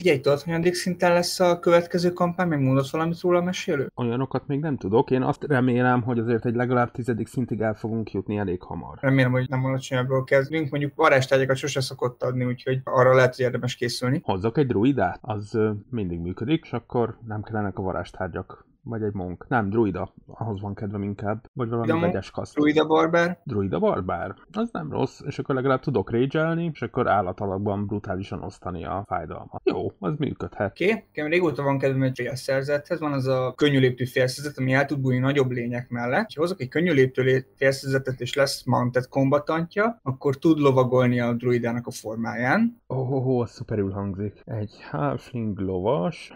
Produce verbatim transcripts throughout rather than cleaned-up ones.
Figyelj, tudod, hanyadik szinten lesz a következő kampány, meg mondasz valamit róla a mesélő? Olyanokat még nem tudok, én azt remélem, hogy azért egy legalább tizedik szintig el fogunk jutni elég hamar. Remélem, hogy nem alacsonyabbról kezdünk, mondjuk varázstárgyakat sose szokott adni, úgyhogy arra lehet, hogy érdemes készülni. Hozzak egy druidát? Az ö, mindig működik, és akkor nem kellenek a varázstárgyak. Vagy egy monk. Nem, druida. Ahhoz van kedvem inkább. Vagy valami vegyes kaszt. Druida barbár. Druida barbár? Az nem rossz. És akkor legalább tudok rage-elni, és akkor állatalakban brutálisan osztani a fájdalmat. Jó, az működhet. Oké, okay. Nekem régóta van kedvem egy félszerzethez. Van az a könnyű léptű félszerzet, ami el tud bújni nagyobb lények mellett. Ha hozok egy könnyű léptű félszerzetet, és lesz mounted kombatantja, akkor tud lovagolni a druidának a formáján. Oh, oh, oh, az szuperül hangzik. Egy halfling lovas.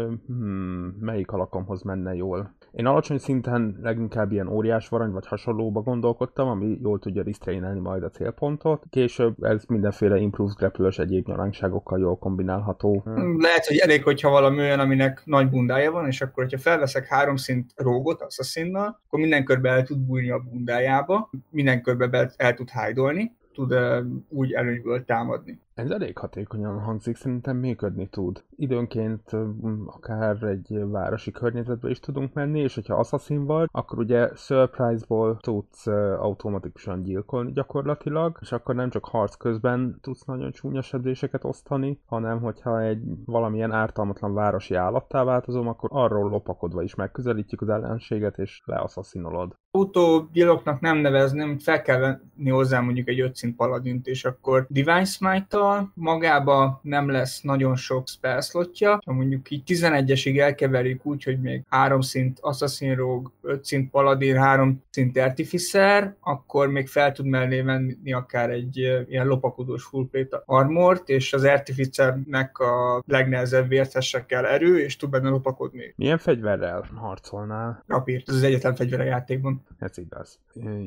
Hmm, melyik alakomhoz menne jól? Én alacsony szinten leginkább ilyen óriás varany vagy hasonlóba gondolkodtam, ami jól tudja restrainelni majd a célpontot. Később ez mindenféle improves grapple-ös egyéb nyalánkságokkal jól kombinálható. Hmm. Lehet, hogy elég, hogyha valami olyan, aminek nagy bundája van, és akkor, hogyha felveszek három szint rógot asszasszinnal, akkor minden körbe el tud bújni a bundájába, minden körbe el tud hide-olni, tud uh, úgy előnyből támadni. Ez elég hatékonyan hangzik, szerintem működni tud. Időnként akár egy városi környezetbe is tudunk menni, és hogyha assassin vagy, akkor ugye surprise-ból tudsz automatikusan gyilkolni gyakorlatilag, és akkor nem csak harc közben tudsz nagyon csúnya sebzéseket osztani, hanem hogyha egy valamilyen ártalmatlan városi állattá változom, akkor arról lopakodva is megközelítjük az ellenséget, és leassassinolod. Autógyiloknak nem nevezném, fel kell venni hozzá mondjuk egy öt szint paladint, és akkor Divine Smite-tal magába nem lesz nagyon sok spell slotja, ha mondjuk így tizenegyesig elkeverjük úgy, hogy még három szint Assassin Rogue, öt szint Paladin, három szint Artificer, akkor még fel tud mellé venni akár egy ilyen lopakodós full plate armort, és az Artificernek a legnehezebb vértessekkel erő, és tud benne lopakodni. Milyen fegyverrel harcolnál? Rapír, ez az egyetlen fegyver a játékban. Ez igaz.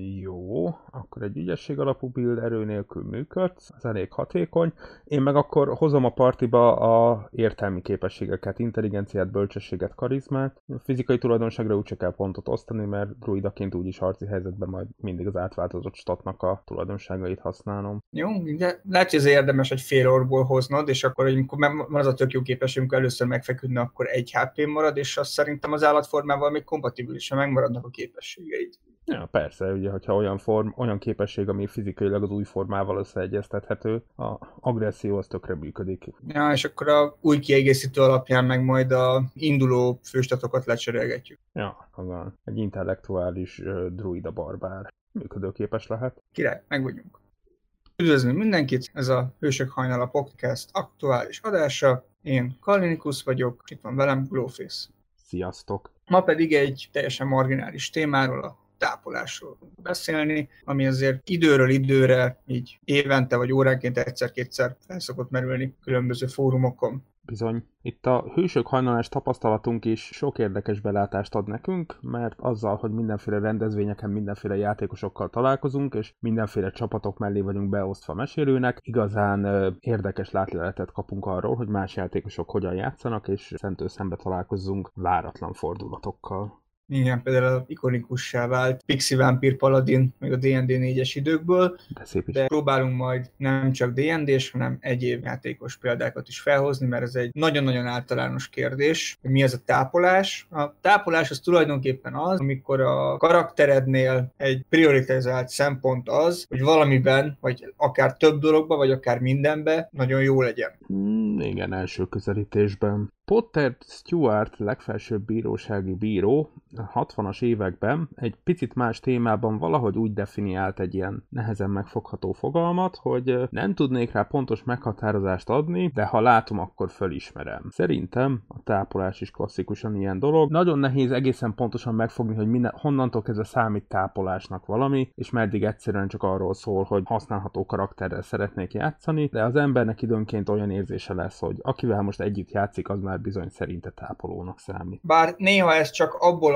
Jó, akkor egy ügyesség alapú build erő nélkül működsz, ez elég hatékony. Én meg akkor hozom a partiba a értelmi képességeket, intelligenciát, bölcsességet, karizmát. A fizikai tulajdonságra úgy csak kell pontot osztani, mert druidaként úgyis harci helyzetben majd mindig az átváltozott statnak a tulajdonságait használom. Jó, de lehet, hogy ez érdemes egy fél orból hoznod, és akkor, amikor van az a tök jó képesség, amikor először megfeküdne, akkor egy há pé marad, és azt szerintem az állatformával még kompatibilisen megmaradnak a képességeid. Ja, persze, ugye, hogyha olyan, form, olyan képesség, ami fizikailag az új formával összeegyeztethető, a agresszió az tökre működik. Ja, és akkor a új kiegészítő alapján meg majd a induló főstatokat lecserélgetjük. Ja, azon. Egy intellektuális uh, druida barbár. Működőképes lehet. Király, meg vagyunk. Üdvözlünk mindenkit, ez a Hősök Hajnala Podcast aktuális adása. Én Kalinikus vagyok, itt van velem Glowface. Sziasztok! Ma pedig egy teljesen marginális témáról, a tápolásról beszélni, ami azért időről időre, így évente vagy óránként egyszer-kétszer fel szokott merülni különböző fórumokon. Bizony. Itt a Hősök Hajnalás tapasztalatunk is sok érdekes belátást ad nekünk, mert azzal, hogy mindenféle rendezvényeken mindenféle játékosokkal találkozunk, és mindenféle csapatok mellé vagyunk beosztva mesélőnek, igazán ö, érdekes látleletet kapunk arról, hogy más játékosok hogyan játszanak, és szentől szembe találkozzunk váratlan fordulatokkal. Igen, például az ikonikussá vált Pixie Vampire Paladin, meg a dé end dé négyes időkből, de, szép is. De próbálunk majd nem csak dé end dés, hanem egyéb játékos példákat is felhozni, mert ez egy nagyon-nagyon általános kérdés, hogy mi az a tápolás. A tápolás az tulajdonképpen az, amikor a karakterednél egy prioritizált szempont az, hogy valamiben, vagy akár több dologban, vagy akár mindenben nagyon jó legyen. Mm, igen, első közelítésben. Potter Stewart, legfelsőbb bírósági bíró, a hatvanas években egy picit más témában valahogy úgy definiált egy ilyen nehezen megfogható fogalmat, hogy nem tudnék rá pontos meghatározást adni, de ha látom, akkor fölismerem. Szerintem a tápolás is klasszikusan ilyen dolog. Nagyon nehéz egészen pontosan megfogni, hogy minden, honnantól kezdve számít tápolásnak valami, és meddig egyszerűen csak arról szól, hogy használható karakterrel szeretnék játszani, de az embernek időnként olyan érzése lesz, hogy akivel most együtt játszik, az már bizony szerinte tápolónak számít. Bár néha ez csak abból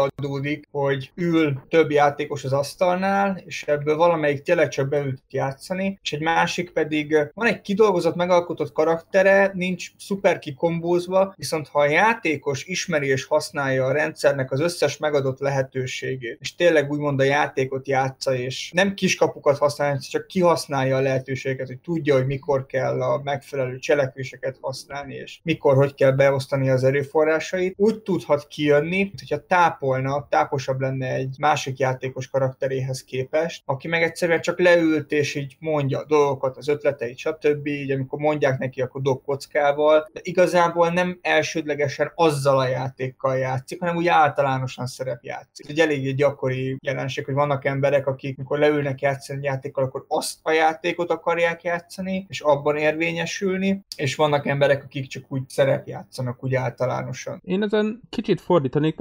abból adódik, hogy ül több játékos az asztalnál, és ebből valamelyik tényleg csak beült játszani, és egy másik pedig van egy kidolgozott, megalkotott karaktere, nincs szuper kikombózva, viszont ha a játékos ismeri és használja a rendszernek az összes megadott lehetőségét, és tényleg úgymond a játékot játsza, és nem kiskapukat használja, csak kihasználja a lehetőségeket, hogy tudja, hogy mikor kell a megfelelő cselekvéseket használni, és mikor, hogy kell beosztani az erőforrásait, úgy tudhat kijönni, hogyha tápolna, táposabb lenne egy másik játékos karakteréhez képest, aki meg egyszerűen csak leült, és így mondja a dolgokat, az ötleteit, stb. Így amikor mondják neki, akkor dob kockával, de igazából nem elsődlegesen azzal a játékkal játszik, hanem úgy általánosan szerepjátszik. Ez egy eléggé gyakori jelenség, hogy vannak emberek, akik mikor leülnek játszani játékkal, akkor azt a játékot akarják játszani, és abban érvényesülni, és vannak emberek, akik csak úgy szerepjátszanak, úgy általánosan. Én ezen kicsit fordítanék,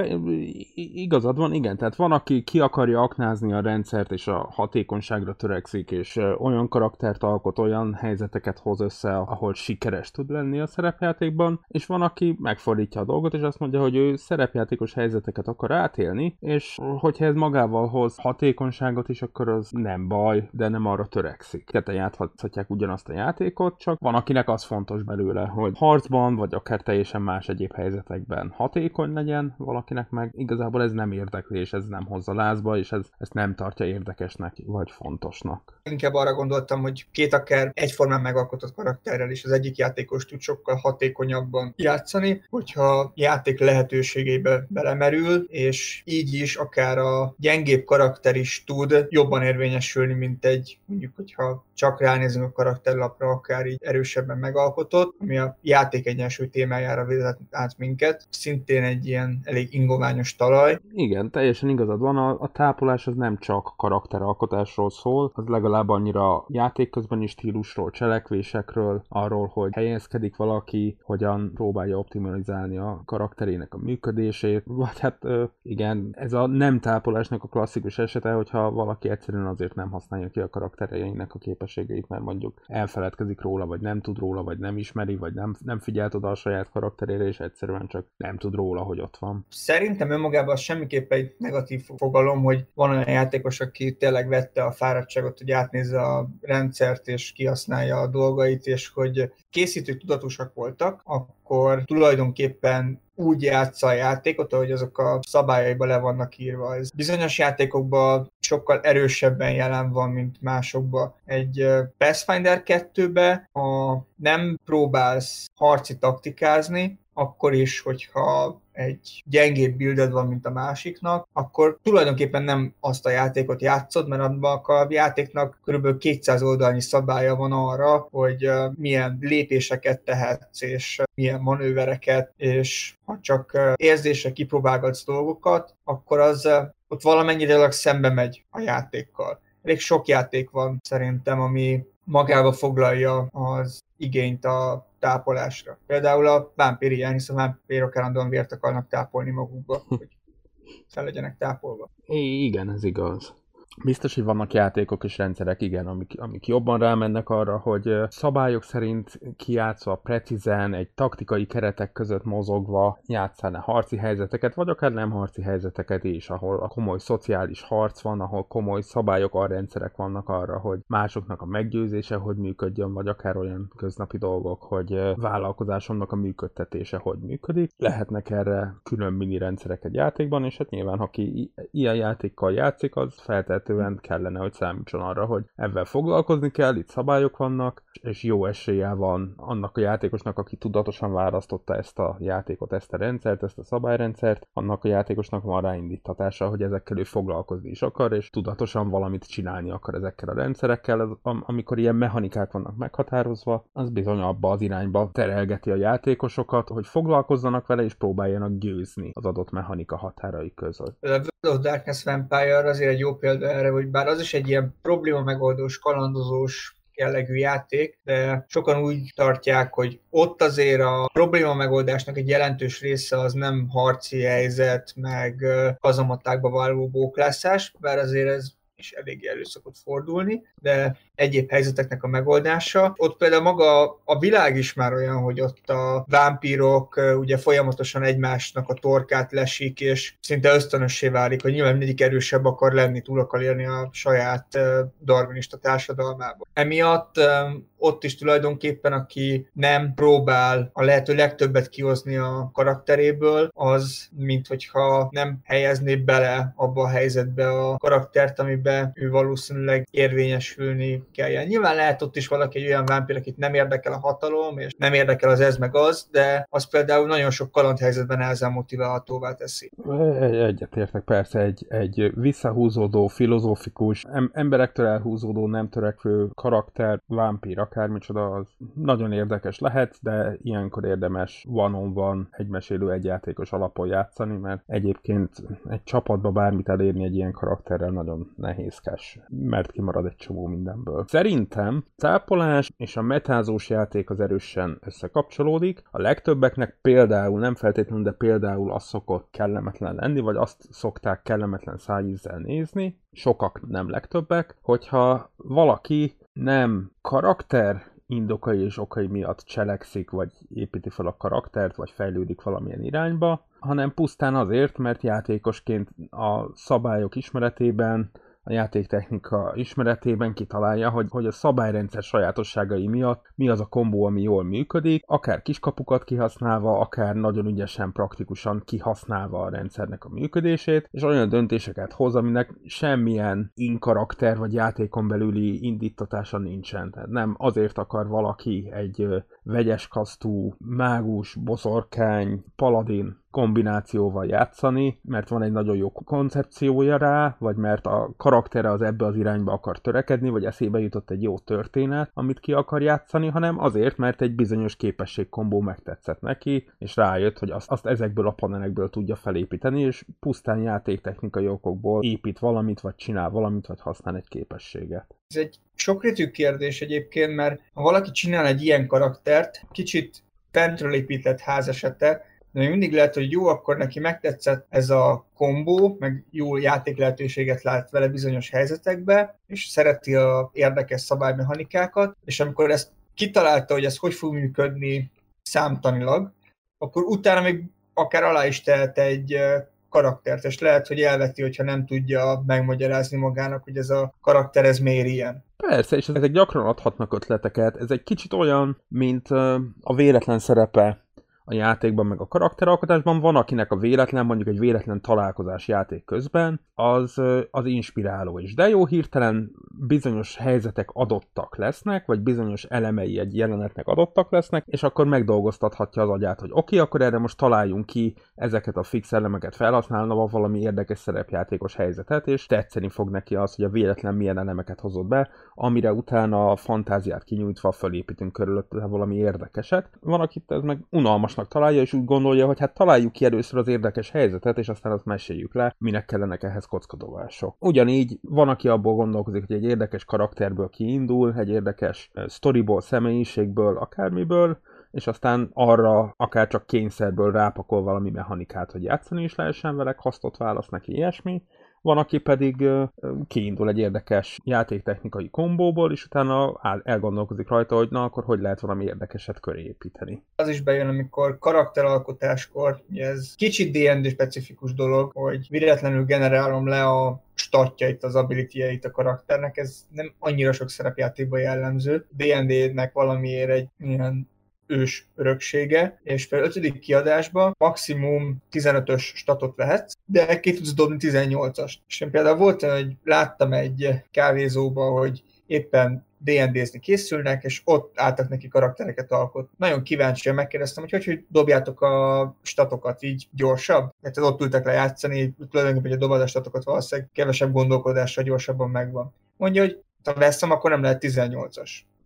igazad van, igen, tehát van, aki ki akarja aknázni a rendszert, és a hatékonyságra törekszik, és olyan karaktert alkot, olyan helyzeteket hoz össze, ahol sikeres tud lenni a szerepjátékban, és van, aki megfordítja a dolgot, és azt mondja, hogy ő szerepjátékos helyzeteket akar átélni, és hogyha ez magával hoz hatékonyságot is, akkor az nem baj, de nem arra törekszik. Ketten játszhatják ugyanazt a játékot, csak van, akinek az fontos belőle, hogy harcban, vagy akár teljesen más egyéb helyzetekben hatékony legyen, valakinek meg igazából ez nem érdekli, és ez nem hozza lázba, és ez, ezt nem tartja érdekesnek, vagy fontosnak. Inkább arra gondoltam, hogy két akár egyformán megalkotott karakterrel is az egyik játékos tud sokkal hatékonyabban játszani, hogyha játék lehetőségeibe belemerül, és így is akár a gyengébb karakter is tud jobban érvényesülni, mint egy, mondjuk, hogyha csak ránézünk a karakterlapra, akár így erősebben megalkotott, ami a játék egyensúly témájára vezet át minket. Szintén egy ilyen elég ingoványos talaj. Igen, teljesen igazad van, a, a tápolás az nem csak karakteralkotásról szól, az legalább annyira játék közben is stílusról, cselekvésekről, arról, hogy helyezkedik valaki, hogyan próbálja optimalizálni a karakterének a működését, vagy hát igen, ez a nem tápolásnak a klasszikus esete, hogyha valaki egyszerűen azért nem használja ki a karaktereinek a képességeit, mert mondjuk elfeledkezik róla, vagy nem tud róla, vagy nem ismeri, vagy nem, nem figyelt oda a saját karakterére, és egyszerűen csak nem tud róla, hogy ott van. Szerintem önmagában az semmiképpen egy negatív fogalom, hogy van olyan játékos, aki tényleg vette a fáradtságot, hogy átnézze a rendszert, és kihasználja a dolgait, és hogy készítők tudatosak voltak, akkor tulajdonképpen úgy játsza a játékot, ahogy azok a szabályaiba le vannak írva. Ez bizonyos játékokban sokkal erősebben jelen van, mint másokban. Egy Pathfinder kettőbe, ha nem próbálsz harci taktikázni, akkor is, hogyha egy gyengébb builded van, mint a másiknak, akkor tulajdonképpen nem azt a játékot játszod, mert abban a játéknak kb. kétszáz oldalnyi szabálya van arra, hogy milyen lépéseket tehetsz, és milyen manővereket, és ha csak érzésre kipróbálgatsz dolgokat, akkor az ott valamennyire szembe megy a játékkal. Elég sok játék van szerintem, ami magába foglalja az igényt a tápolásra. Például a vámpír ilyen, hiszen a vámpírok állandóan vért akarnak tápolni magukba, hogy fel legyenek tápolva. I- igen, ez igaz. Biztos, hogy vannak játékok és rendszerek, igen, amik, amik jobban rámennek arra, hogy szabályok szerint kijátszva, precízen, egy taktikai keretek között mozogva játszana harci helyzeteket, vagy akár nem harci helyzeteket is, ahol a komoly szociális harc van, ahol komoly szabályok, a rendszerek vannak arra, hogy másoknak a meggyőzése hogy működjön, vagy akár olyan köznapi dolgok, hogy vállalkozásomnak a működtetése hogy működik. Lehetnek erre külön mini rendszerek egy játékban, és hát nyilván, aki ilyen játékkal játszik, az feltétlenül kellene, hogy számítson arra, hogy ebben foglalkozni kell, itt szabályok vannak, és jó esélye van annak a játékosnak, aki tudatosan választotta ezt a játékot, ezt a rendszert, ezt a szabályrendszert, annak a játékosnak van ráindítatása, hogy ezekkel ő foglalkozni is akar, és tudatosan valamit csinálni akar ezekkel a rendszerekkel. Ez, amikor ilyen mechanikák vannak meghatározva, az bizony abba az irányba terelgeti a játékosokat, hogy foglalkozzanak vele, és próbáljanak győzni az adott mechanika határai között. A World of Darkness Vampire azért egy jó példa erre, hogy bár az is egy ilyen probléma megoldós, kalandozós jellegű játék, de sokan úgy tartják, hogy ott azért a probléma megoldásnak egy jelentős része az nem harci helyzet, meg kazamatákba váló bóklászás, bár azért ez és eléggé elő szokott fordulni, de egyéb helyzeteknek a megoldása. Ott például maga a világ is már olyan, hogy ott a vámpírok ugye folyamatosan egymásnak a torkát lesik, és szinte ösztönössé válik, hogy nyilván mindegyik erősebb akar lenni, túl akar érni a saját darwinista társadalmába. Emiatt ott is tulajdonképpen, aki nem próbál a lehető legtöbbet kihozni a karakteréből, az, mint hogyha nem helyezné bele abba a helyzetbe a karaktert, amiben ő valószínűleg érvényesülni kell. Nyilván lehet ott is valaki egy olyan vámpír, akit nem érdekel a hatalom, és nem érdekel az ez meg az, de az például nagyon sok kalandhelyzetben ezzel motiválhatóvá teszi. Egyetértek, persze, egy, egy visszahúzódó, filozófikus, emberektől elhúzódó, nem törekvő karakter, vámpír, akármicsoda, az nagyon érdekes lehet, de ilyenkor érdemes one-on-one, egymesélő, egyjátékos alapon játszani, mert egyébként egy csapatba bármit elérni egy ilyen karakterrel nagyon nehézkes, mert kimarad egy csomó mindenből. Szerintem cápolás és a metázós játék az erősen összekapcsolódik. A legtöbbeknek például, nem feltétlenül, de például az szokott kellemetlen lenni, vagy azt szokták kellemetlen szájízzel nézni, sokak, nem legtöbbek, hogyha valaki nem karakter indokai és okai miatt cselekszik, vagy építi fel a karaktert, vagy fejlődik valamilyen irányba, hanem pusztán azért, mert játékosként a szabályok ismeretében, a játéktechnika ismeretében kitalálja, hogy, hogy a szabályrendszer sajátosságai miatt mi az a kombó, ami jól működik, akár kiskapukat kihasználva, akár nagyon ügyesen, praktikusan kihasználva a rendszernek a működését, és olyan döntéseket hoz, aminek semmilyen in-karakter vagy játékon belüli indítatása nincsen. Tehát nem azért akar valaki egy vegyes kasztú, mágus, boszorkány, paladin kombinációval játszani, mert van egy nagyon jó koncepciója rá, vagy mert a karaktere az ebbe az irányba akar törekedni, vagy eszébe jutott egy jó történet, amit ki akar játszani, hanem azért, mert egy bizonyos képességkombó megtetszett neki, és rájött, hogy azt, azt ezekből a panelekből tudja felépíteni, és pusztán játéktechnikai okokból épít valamit, vagy csinál valamit, vagy használ egy képességet. Ez egy sokrétű kérdés egyébként, mert ha valaki csinál egy ilyen karaktert, kicsit fentről épített ház esete, de még mindig lehet, hogy jó, akkor neki megtetszett ez a kombó, meg jó játék lehetőséget lát vele bizonyos helyzetekbe, és szereti a érdekes szabálymechanikákat, és amikor ezt kitalálta, hogy ez hogy fog működni számtanilag, akkor utána még akár alá is tehet egy karaktert, és lehet, hogy elveti, hogyha nem tudja megmagyarázni magának, hogy ez a karakter ez miért ilyen. Persze, és ezek gyakran adhatnak ötleteket. Ez egy kicsit olyan, mint a véletlen szerepe a játékban, meg a karakteralkotásban. Van, akinek a véletlen, mondjuk egy véletlen találkozás játék közben, az, az inspiráló is. De jó, hirtelen bizonyos helyzetek adottak lesznek, vagy bizonyos elemei egy jelenetnek adottak lesznek, és akkor megdolgoztathatja az agyát, hogy oké, okay, akkor erre most találjunk ki ezeket a fix elemeket felhasználva valami érdekes szerepjátékos helyzetet, és tetszeni fog neki az, hogy a véletlen milyen elemeket hozott be, amire utána a fantáziát kinyújtva fölépítünk körülötte valami érdekeset. Van, akit ez meg unalmasnak találja, és úgy gondolja, hogy hát találjuk ki először az érdekes helyzetet, és aztán azt meséljük le, minek kellenek ehhez kockadobások. Ugyanígy van, aki abból gondolkozik, hogy egy érdekes karakterből kiindul, egy érdekes sztoriból, személyiségből, akármiből, és aztán arra akár csak kényszerből rápakol valami mechanikát, hogy játszani is lehessen vele, hasztot választ neki, ilyesmi. Van, aki pedig kiindul egy érdekes játéktechnikai kombóból, és utána elgondolkozik rajta, hogy na, akkor hogy lehet valami érdekeset köré építeni. Az is bejön, amikor karakteralkotáskor, ez kicsit dé en dé specifikus dolog, hogy véletlenül generálom le a statjait, az abilityjeit a karakternek, ez nem annyira sok szerepjátékban jellemző. dé en dé-nek valamiért egy ilyen ős öröksége, és például ötödik kiadásban maximum tizenötös statot vehetsz, de ki tudsz dobni tizennyolcast. És én például volt, hogy láttam egy kávézóba, hogy éppen dé en dé-zni készülnek, és ott álltak neki karaktereket alkotni. Nagyon kíváncsian megkérdeztem, hogy hogy, hogy dobjátok a statokat így gyorsabb. Hát ott ültek le játszani, tulajdonképpen, hogy a dobod a statokat valószínűleg kevesebb gondolkodással gyorsabban megvan. Mondja, hogy ha veszem, akkor nem lehet tizennyolcas.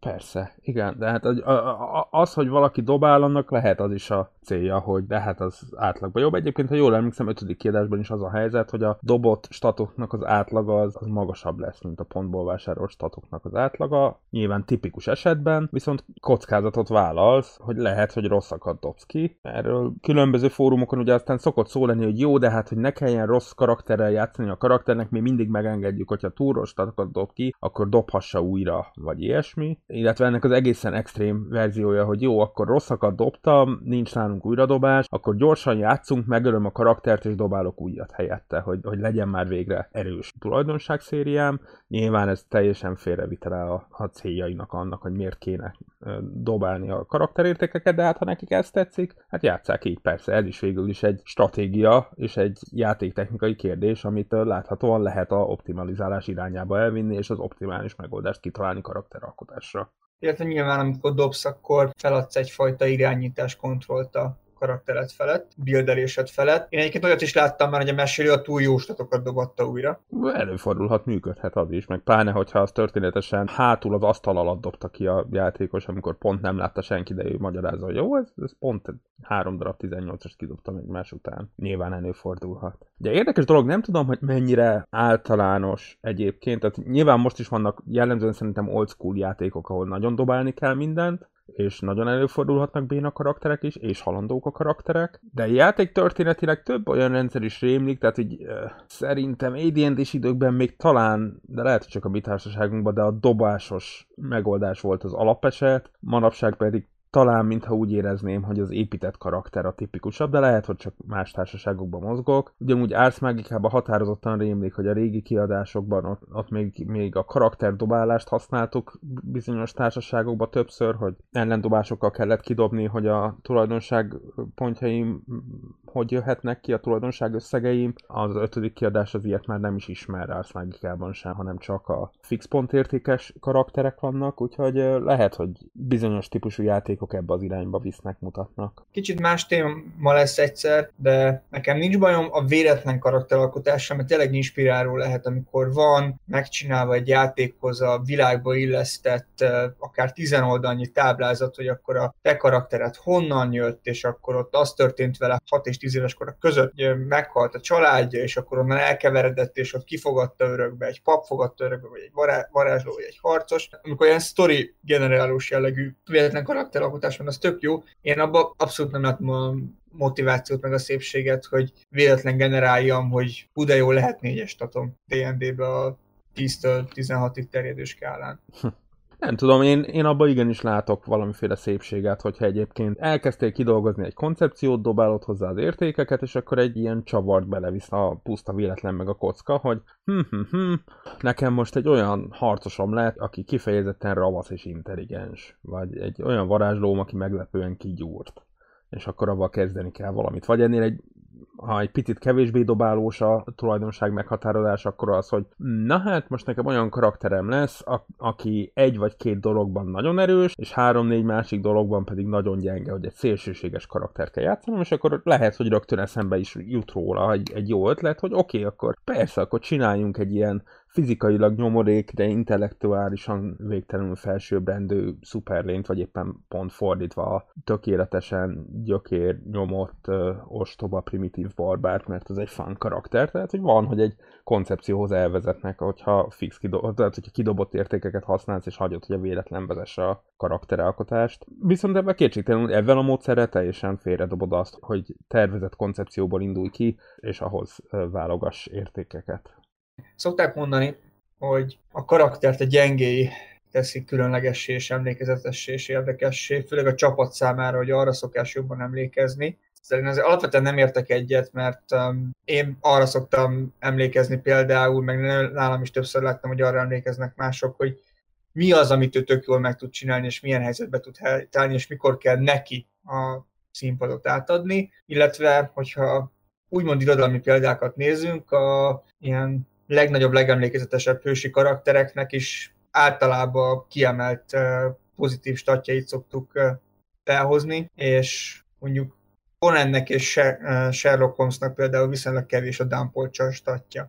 Persze, igen, de hát az, hogy valaki dobál, annak lehet az is a célja, hogy de hát az átlagban jobb. Egyébként, ha jól emlékszem, ötödik kiadásban is az a helyzet, hogy a dobott statoknak az átlaga az, az magasabb lesz, mint a pontból vásárolt statoknak az átlaga. Nyilván tipikus esetben, viszont kockázatot vállalsz, hogy lehet, hogy rosszakat dobsz ki. Erről különböző fórumokon ugye aztán szokott szó lenni, hogy jó, de hát, hogy ne kelljen rossz karakterrel játszani a karakternek, mi mindig megengedjük, hogyha túl rossz statokat dob ki, akkor dobhassa újra, vagy ilyesmi. Illetve ennek az egészen extrém verziója, hogy jó, akkor rosszakat dobtam, nincs nálunk újradobás, akkor gyorsan játszunk, megölöm a karaktert, és dobálok újat helyette, hogy, hogy legyen már végre erős tulajdonságszériám. Nyilván ez teljesen félrevitele a, a céljainak annak, hogy miért kéne dobálni a karakterértékeket, de hát ha nekik ez tetszik, hát játsszák így, persze. Ez is végül is egy stratégia és egy játéktechnikai kérdés, amit láthatóan lehet a optimalizálás irányába elvinni, és az optimális megoldást kitalálni karakteralkotásra. Illetve nyilván, amikor dobsz, akkor feladsz egyfajta irányítás kontrollt a karaktered felett, buildelésed felett. Én egyébként olyat is láttam már, hogy a mesélő a túl jó statokat dobatta újra. Előfordulhat, működhet az is, meg pláne, hogyha az történetesen hátul az asztal alatt dobta ki a játékos, amikor pont nem látta senki, de ő magyarázza, hogy jó, ez, ez pont három darab tizennyolcast kidobtam egymás után. Nyilván előfordulhat. De érdekes dolog, nem tudom, hogy mennyire általános egyébként, tehát nyilván most is vannak jellemzően szerintem old school játékok, ahol nagyon dobálni kell mindent, és nagyon előfordulhatnak béna karakterek is, és halandók a karakterek, de játék történetileg több olyan rendszer is rémlik, tehát így uh, szerintem á dé és dés időkben még talán, de lehet, hogy csak a mi társaságunkban, de a dobásos megoldás volt az alapeset, manapság pedig talán, mintha úgy érezném, hogy az épített karakter a tipikusabb, de lehet, hogy csak más társaságokban mozgok. Ugyanúgy Ars Magicában határozottan rémlik, hogy a régi kiadásokban ott, ott még, még a karakterdobálást használtuk bizonyos társaságokban többször, hogy ellendobásokkal kellett kidobni, hogy a tulajdonság pontjaim hogy jöhetnek ki, a tulajdonság összegeim. Az ötödik kiadás az ilyet már nem is ismer Ars Magicában sem, hanem csak a fix pontértékes karakterek vannak, úgyhogy lehet, hogy bizonyos típusú játékok ebbe az irányba visznek, mutatnak. Kicsit más téma lesz egyszer, de nekem nincs bajom a véletlen karakteralkotással, mert tényleg inspiráló lehet, amikor van megcsinálva egy játékhoz a világba illesztett akár tizen-oldalnyi táblázat, hogy akkor a te karaktered honnan jött, és akkor ott az történt vele hat és tíz éves kora között, hogy meghalt a családja, és akkor onnan elkeveredett, és ott kifogadta örökbe, egy pap fogadta örökbe, vagy egy varázsló, vagy egy harcos. Amikor ilyen sztori generálós jellegű véletlen karakteralkotás van, az tök jó. Én abban abszolút nem látom a motivációt, meg a szépséget, hogy véletlen generáljam, hogy hú de jó, lehet négyes statom dé és dé-be a tíztől tizenhatig terjedő skálán. Nem tudom, én, én abban igenis látok valamiféle szépséget, hogyha egyébként elkezdtél kidolgozni egy koncepciót, dobálod hozzá az értékeket, és akkor egy ilyen csavart belevisz a puszta véletlen meg a kocka, hogy hm, hm, hm, nekem most egy olyan harcosom lett, aki kifejezetten ravasz és intelligens, vagy egy olyan varázslóm, aki meglepően kigyúrt, és akkor abban kezdeni kell valamit. Vagy ennél egy ha egy picit kevésbé dobálós a tulajdonság meghatározás, akkor az, hogy na hát most nekem olyan karakterem lesz, a- aki egy vagy két dologban nagyon erős, és három-négy másik dologban pedig nagyon gyenge, hogy egy szélsőséges karaktert kell játszanom, és akkor lehet, hogy rögtön eszembe is jut róla egy, egy jó ötlet, hogy oké, okay, akkor persze, akkor csináljunk egy ilyen fizikailag nyomorék, de intellektuálisan végtelenül felsőbbrendű szuperlényt, vagy éppen pont fordítva a tökéletesen gyökér nyomott ö, ostoba primitív barbárt, mert ez egy fun karakter, tehát hogy van, hogy egy koncepcióhoz elvezetnek, hogyha fix kidob, tehát hogyha kidobott értékeket használsz, és hagyod, hogy a véletlen vezesse a karakteralkotást. Viszont ebben kétségtelenül ebben a módszerrel teljesen félredobod azt, hogy tervezett koncepcióból indulj ki, és ahhoz ö, válogass értékeket. Szokták mondani, hogy a karaktert a gyengéi teszik különlegessé és emlékezetessé és érdekessé, főleg a csapat számára, hogy arra szokás jobban emlékezni. Szerintem azért alapvetően nem értek egyet, mert um, én arra szoktam emlékezni például, meg nálam is többször láttam, hogy arra emlékeznek mások, hogy mi az, amit ő tök jól meg tud csinálni, és milyen helyzetbe tud helytállni, és mikor kell neki a színpadot átadni, illetve, hogyha úgymond irodalmi példákat nézünk, a ilyen legnagyobb, legemlékezetesebb hősi karaktereknek is általában kiemelt pozitív statjait szoktuk felhozni, és mondjuk Conannek és Sherlock Holmesnak például viszonylag kevés a downpolcsa statja.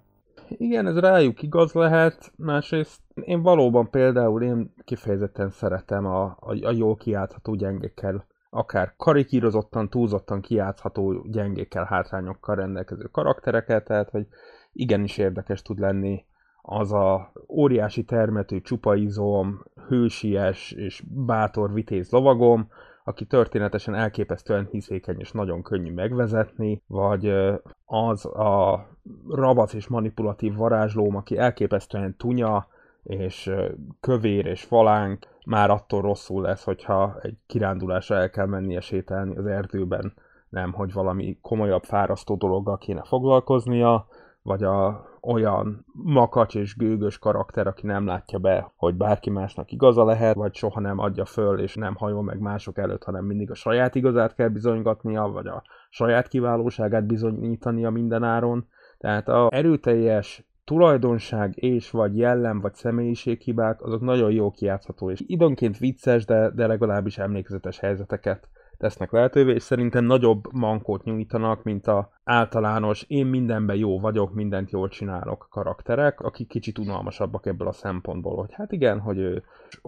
Igen, ez rájuk igaz lehet, másrészt én valóban például én kifejezetten szeretem a, a, a jól kijátszható gyengékkel, akár karikírozottan, túlzottan kijátszható gyengékkel, hátrányokkal rendelkező karaktereket, tehát hogy igenis érdekes tud lenni az a óriási termetű, csupa izom, hősies és bátor vitéz lovagom, aki történetesen elképesztően hiszékeny és nagyon könnyű megvezetni, vagy az a ravasz és manipulatív varázslóm, aki elképesztően tunya, és kövér és falánk, már attól rosszul lesz, hogyha egy kirándulásra el kell mennie sétálni az erdőben, nem, hogy valami komolyabb, fárasztó dologgal kéne foglalkoznia, vagy a olyan makacs és gőgös karakter, aki nem látja be, hogy bárki másnak igaza lehet, vagy soha nem adja föl, és nem hajol meg mások előtt, hanem mindig a saját igazát kell bizonygatnia, vagy a saját kiválóságát bizonyítania mindenáron. Tehát az erőteljes tulajdonság és vagy jellem, vagy személyiséghibák, azok nagyon jó kijátszható, és időnként vicces, de, de legalábbis emlékezetes helyzeteket tesznek lehetővé, és szerintem nagyobb mankót nyújtanak, mint a általános én mindenben jó vagyok, mindent jól csinálok karakterek, akik kicsit unalmasabbak ebből a szempontból, hogy hát igen, hogy ő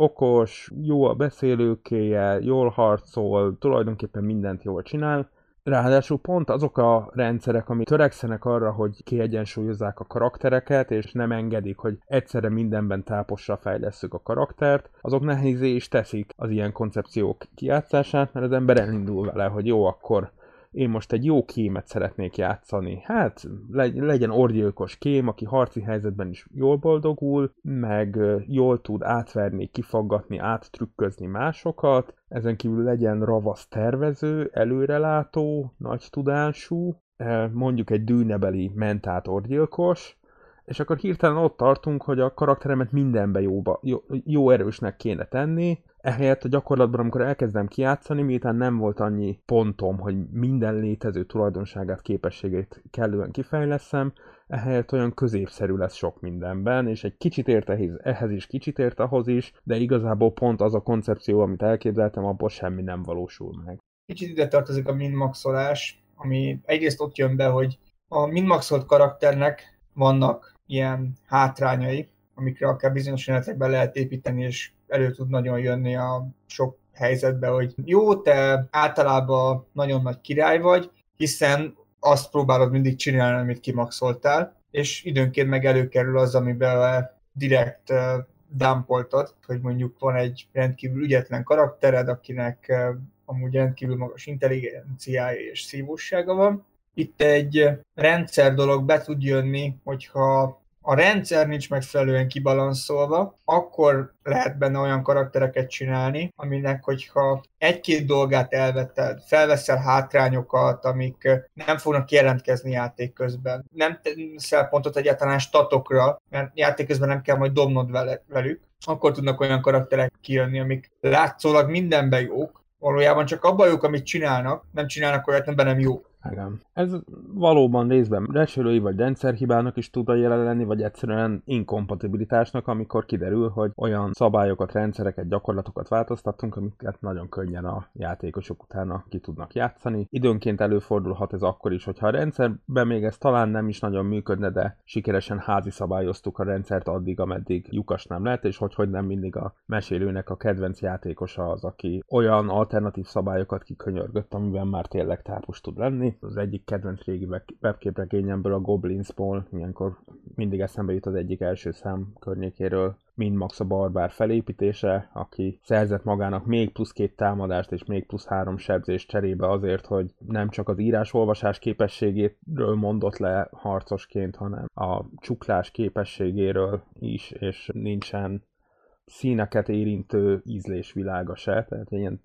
okos, jó a beszélőkéje, jól harcol, tulajdonképpen mindent jól csinál. Ráadásul pont azok a rendszerek, amik törekszenek arra, hogy kiegyensúlyozzák a karaktereket, és nem engedik, hogy egyszerre mindenben tápossal fejlesszük a karaktert, azok nehézé is teszik az ilyen koncepciók kijátszását, mert az ember elindul vele, hogy jó, akkor én most egy jó kémet szeretnék játszani. Hát legyen orgyilkos kém, aki harci helyzetben is jól boldogul, meg jól tud átverni, kifaggatni, áttrükközni másokat, ezen kívül legyen ravasz tervező, előrelátó, nagy tudású, mondjuk egy dűnebeli mentát orgyilkos, és akkor hirtelen ott tartunk, hogy a karakteremet mindenbe jóba, jó, jó erősnek kéne tenni, ehelyett a gyakorlatban, amikor elkezdem kijátszani, miután nem volt annyi pontom, hogy minden létező tulajdonságát, képességét kellően kifejleszem, ehelyett olyan középszerű lesz sok mindenben, és egy kicsit ért ehhez, ehhez is, kicsit ért ahhoz is, de igazából pont az a koncepció, amit elképzeltem, abból semmi nem valósul meg. Kicsit ide tartozik a min-maxolás, ami egyrészt ott jön be, hogy a min-maxolt karakternek vannak ilyen hátrányai, amikre akár bizonyos jelenetekben lehet építeni, és elő tud nagyon jönni a sok helyzetbe, hogy jó, te általában nagyon nagy király vagy, hiszen azt próbálod mindig csinálni, amit kimaxoltál, és időnként meg előkerül az, amiben direkt uh, dumpoltad, hogy mondjuk van egy rendkívül ügyetlen karaktered, akinek uh, amúgy rendkívül magas intelligenciája és szívóssága van. Itt egy rendszer dolog be tud jönni, hogyha a rendszer nincs megfelelően kibalanszolva, akkor lehet benne olyan karaktereket csinálni, aminek, hogyha egy-két dolgát elvetted, felveszel hátrányokat, amik nem fognak jelentkezni játék közben. Nem teszel pontot egyáltalán statokra, mert játék közben nem kell majd dobnod vele, velük, akkor tudnak olyan karakterek kijönni, amik látszólag mindenben jók, valójában csak abban jók, amit csinálnak, nem csinálnak olyat, amiben nem jók. Igen. Ez valóban részben resülői vagy rendszerhibának is tud jelen lenni, vagy egyszerűen inkompatibilitásnak, amikor kiderül, hogy olyan szabályokat, rendszereket, gyakorlatokat változtattunk, amiket nagyon könnyen a játékosok utána ki tudnak játszani. Időnként előfordulhat ez akkor is, hogyha a rendszerben még ez talán nem is nagyon működne, de sikeresen házi szabályoztuk a rendszert addig, ameddig lyukas nem lett, és hogy, hogy nem mindig a mesélőnek a kedvenc játékosa az, aki olyan alternatív szabályokat kikönyörgött, amiben már tényleg tápos tud lenni. Az egyik kedvenc régi webképregényemből, a Goblinsból, ilyenkor mindig eszembe jut az egyik első szám környékéről, Min-Max a barbár felépítése, aki szerzett magának még plusz két támadást és még plusz három sebzést cserébe azért, hogy nem csak az írás-olvasás képességéről mondott le harcosként, hanem a csuklás képességéről is, és nincsen színeket érintő ízlésvilága se, tehát ilyen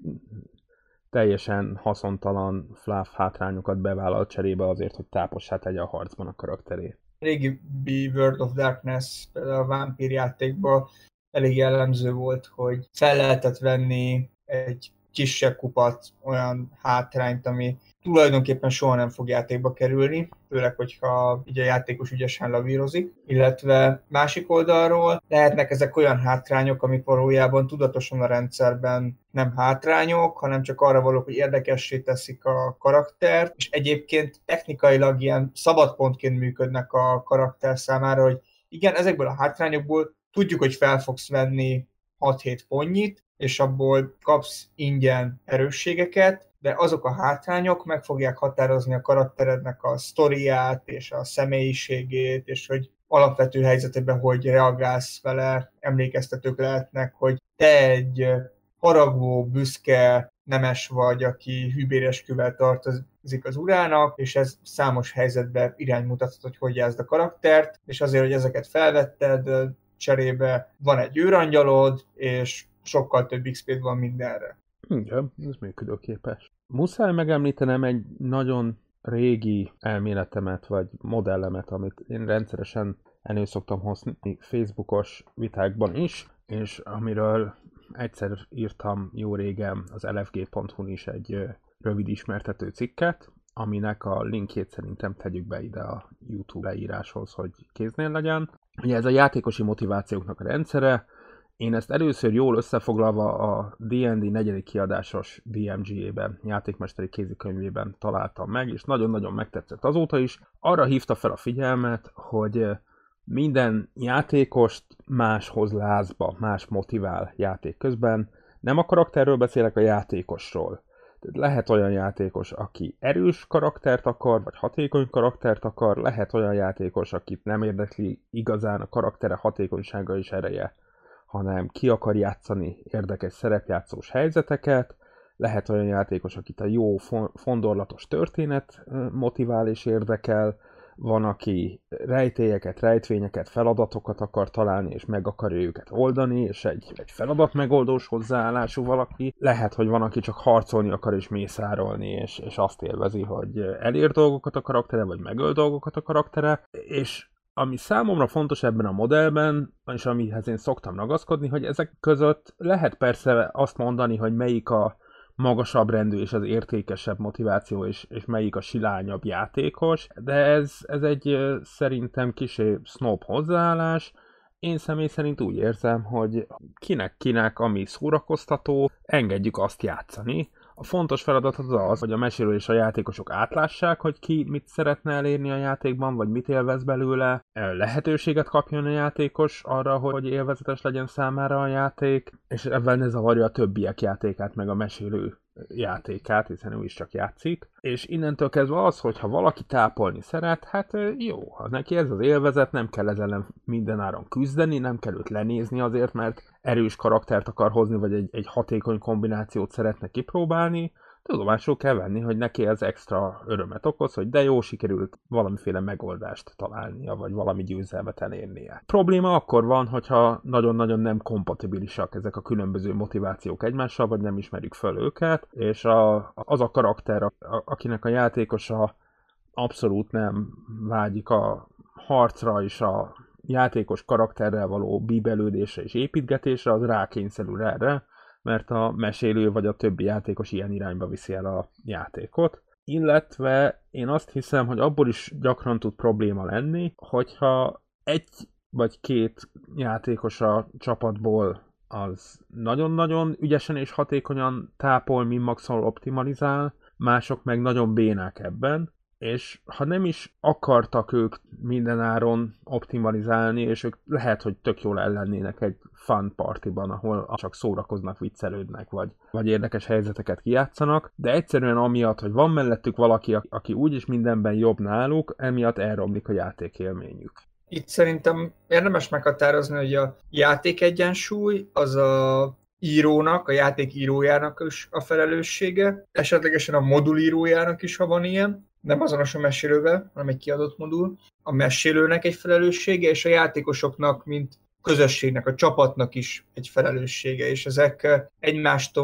teljesen haszontalan fluff hátrányokat bevállalt cserébe azért, hogy tápossá tegye a harcban a karakterét. Régi World of Darkness, például a vámpír játékban elég jellemző volt, hogy fel lehetett venni egy kisebb kupat, olyan hátrányt, ami tulajdonképpen soha nem fog játékba kerülni, főleg, hogyha így a játékos ügyesen lavírozik, illetve másik oldalról lehetnek ezek olyan hátrányok, amik valójában tudatosan a rendszerben nem hátrányok, hanem csak arra valók, hogy érdekessé teszik a karaktert, és egyébként technikailag ilyen szabad pontként működnek a karakter számára, hogy igen, ezekből a hátrányokból tudjuk, hogy fel fogsz venni hat-hét pontnyit, és abból kapsz ingyen erősségeket, de azok a hátrányok meg fogják határozni a karakterednek a sztoriát, és a személyiségét, és hogy alapvető helyzetben hogy reagálsz vele, emlékeztetők lehetnek, hogy te egy haragvó, büszke nemes vagy, aki hűbéresküvel tartozik az urának, és ez számos helyzetben iránymutat, hogy hogy játszd a karaktert, és azért, hogy ezeket felvetted, cserébe van egy őrangyalod, és sokkal több iksz pé-d van mindenre. Igen, ez működőképes. Muszáj megemlítenem egy nagyon régi elméletemet, vagy modellemet, amit én rendszeresen elő szoktam hozni Facebookos vitákban is, és amiről egyszer írtam jó régen az el ef gé pont hu-n is egy rövid ismertető cikket, aminek a linkjét szerintem tegyük be ide a YouTube leíráshoz, hogy kéznél legyen. Ugye ez a játékosi motivációknak a rendszere. Én ezt először jól összefoglalva a dé end dé negyedik kiadásos dé em gé-ben, játékmesteri kézikönyvében találtam meg, és nagyon-nagyon megtetszett azóta is. Arra hívta fel a figyelmet, hogy minden játékost máshoz lázba, más motivál játék közben. Nem a karakterről beszélek, a játékosról. Lehet olyan játékos, aki erős karaktert akar, vagy hatékony karaktert akar, lehet olyan játékos, akit nem érdekli igazán a karaktere hatékonysága és ereje, hanem ki akar játszani érdekes szerepjátszós helyzeteket, lehet olyan játékos, akit a jó, fondorlatos történet motivál és érdekel, van, aki rejtélyeket, rejtvényeket, feladatokat akar találni, és meg akarja őket oldani, és egy, egy feladat megoldós hozzáállású valaki. Lehet, hogy van, aki csak harcolni akar és mészárolni, és, és azt élvezi, hogy elér dolgokat a karaktere, vagy megöl dolgokat a karaktere, és ami számomra fontos ebben a modellben, és amihez én szoktam ragaszkodni, hogy ezek között lehet persze azt mondani, hogy melyik a magasabb rendű és az értékesebb motiváció, és, és melyik a silányabb játékos, de ez, ez egy szerintem kicsi snob hozzáállás. Én személy szerint úgy érzem, hogy kinek-kinek, ami szórakoztató, engedjük azt játszani. A fontos feladat az az, hogy a mesélő és a játékosok átlássák, hogy ki mit szeretne elérni a játékban, vagy mit élvez belőle. Lehetőséget kapjon a játékos arra, hogy élvezetes legyen számára a játék, és ebben ne zavarja a többiek játékát, meg a mesélő játékát, hiszen ő is csak játszik. És innentől kezdve az, hogy ha valaki tápolni szeret, hát jó, ha neki ez az élvezet, nem kell ezzel ellen mindenáron küzdeni, nem kell őt lenézni azért, mert erős karaktert akar hozni, vagy egy, egy hatékony kombinációt szeretne kipróbálni, tudomásul kell venni, hogy neki ez extra örömet okoz, hogy de jó, sikerült valamiféle megoldást találnia, vagy valami győzelmet elérnie. A probléma akkor van, hogyha nagyon-nagyon nem kompatibilisak ezek a különböző motivációk egymással, vagy nem ismerjük föl őket, és a, az a karakter, a, akinek a játékosa abszolút nem vágyik a harcra és a játékos karakterrel való bíbelődésre és építgetésre, az rákényszerül erre, mert a mesélő vagy a többi játékos ilyen irányba viszi el a játékot. Illetve én azt hiszem, hogy abból is gyakran tud probléma lenni, hogyha egy vagy két játékos a csapatból az nagyon-nagyon ügyesen és hatékonyan tápol, min-maxol optimalizál, mások meg nagyon bénák ebben, és ha nem is akartak ők mindenáron optimalizálni, és ők lehet, hogy tök jól ellennének egy fun partiban, ahol csak szórakoznak, viccelődnek, vagy, vagy érdekes helyzeteket kijátszanak, de egyszerűen amiatt, hogy van mellettük valaki, aki úgyis mindenben jobb náluk, emiatt elromlik a játékélményük. Itt szerintem érdemes meghatározni, hogy a játékegyensúly az a írónak, a játék írójának is a felelőssége, esetlegesen a modul írójának is, ha van ilyen, nem azonos a mesélővel, hanem egy kiadott modul. A mesélőnek egy felelőssége, és a játékosoknak, mint közösségnek, a csapatnak is egy felelőssége, és ezek egymástól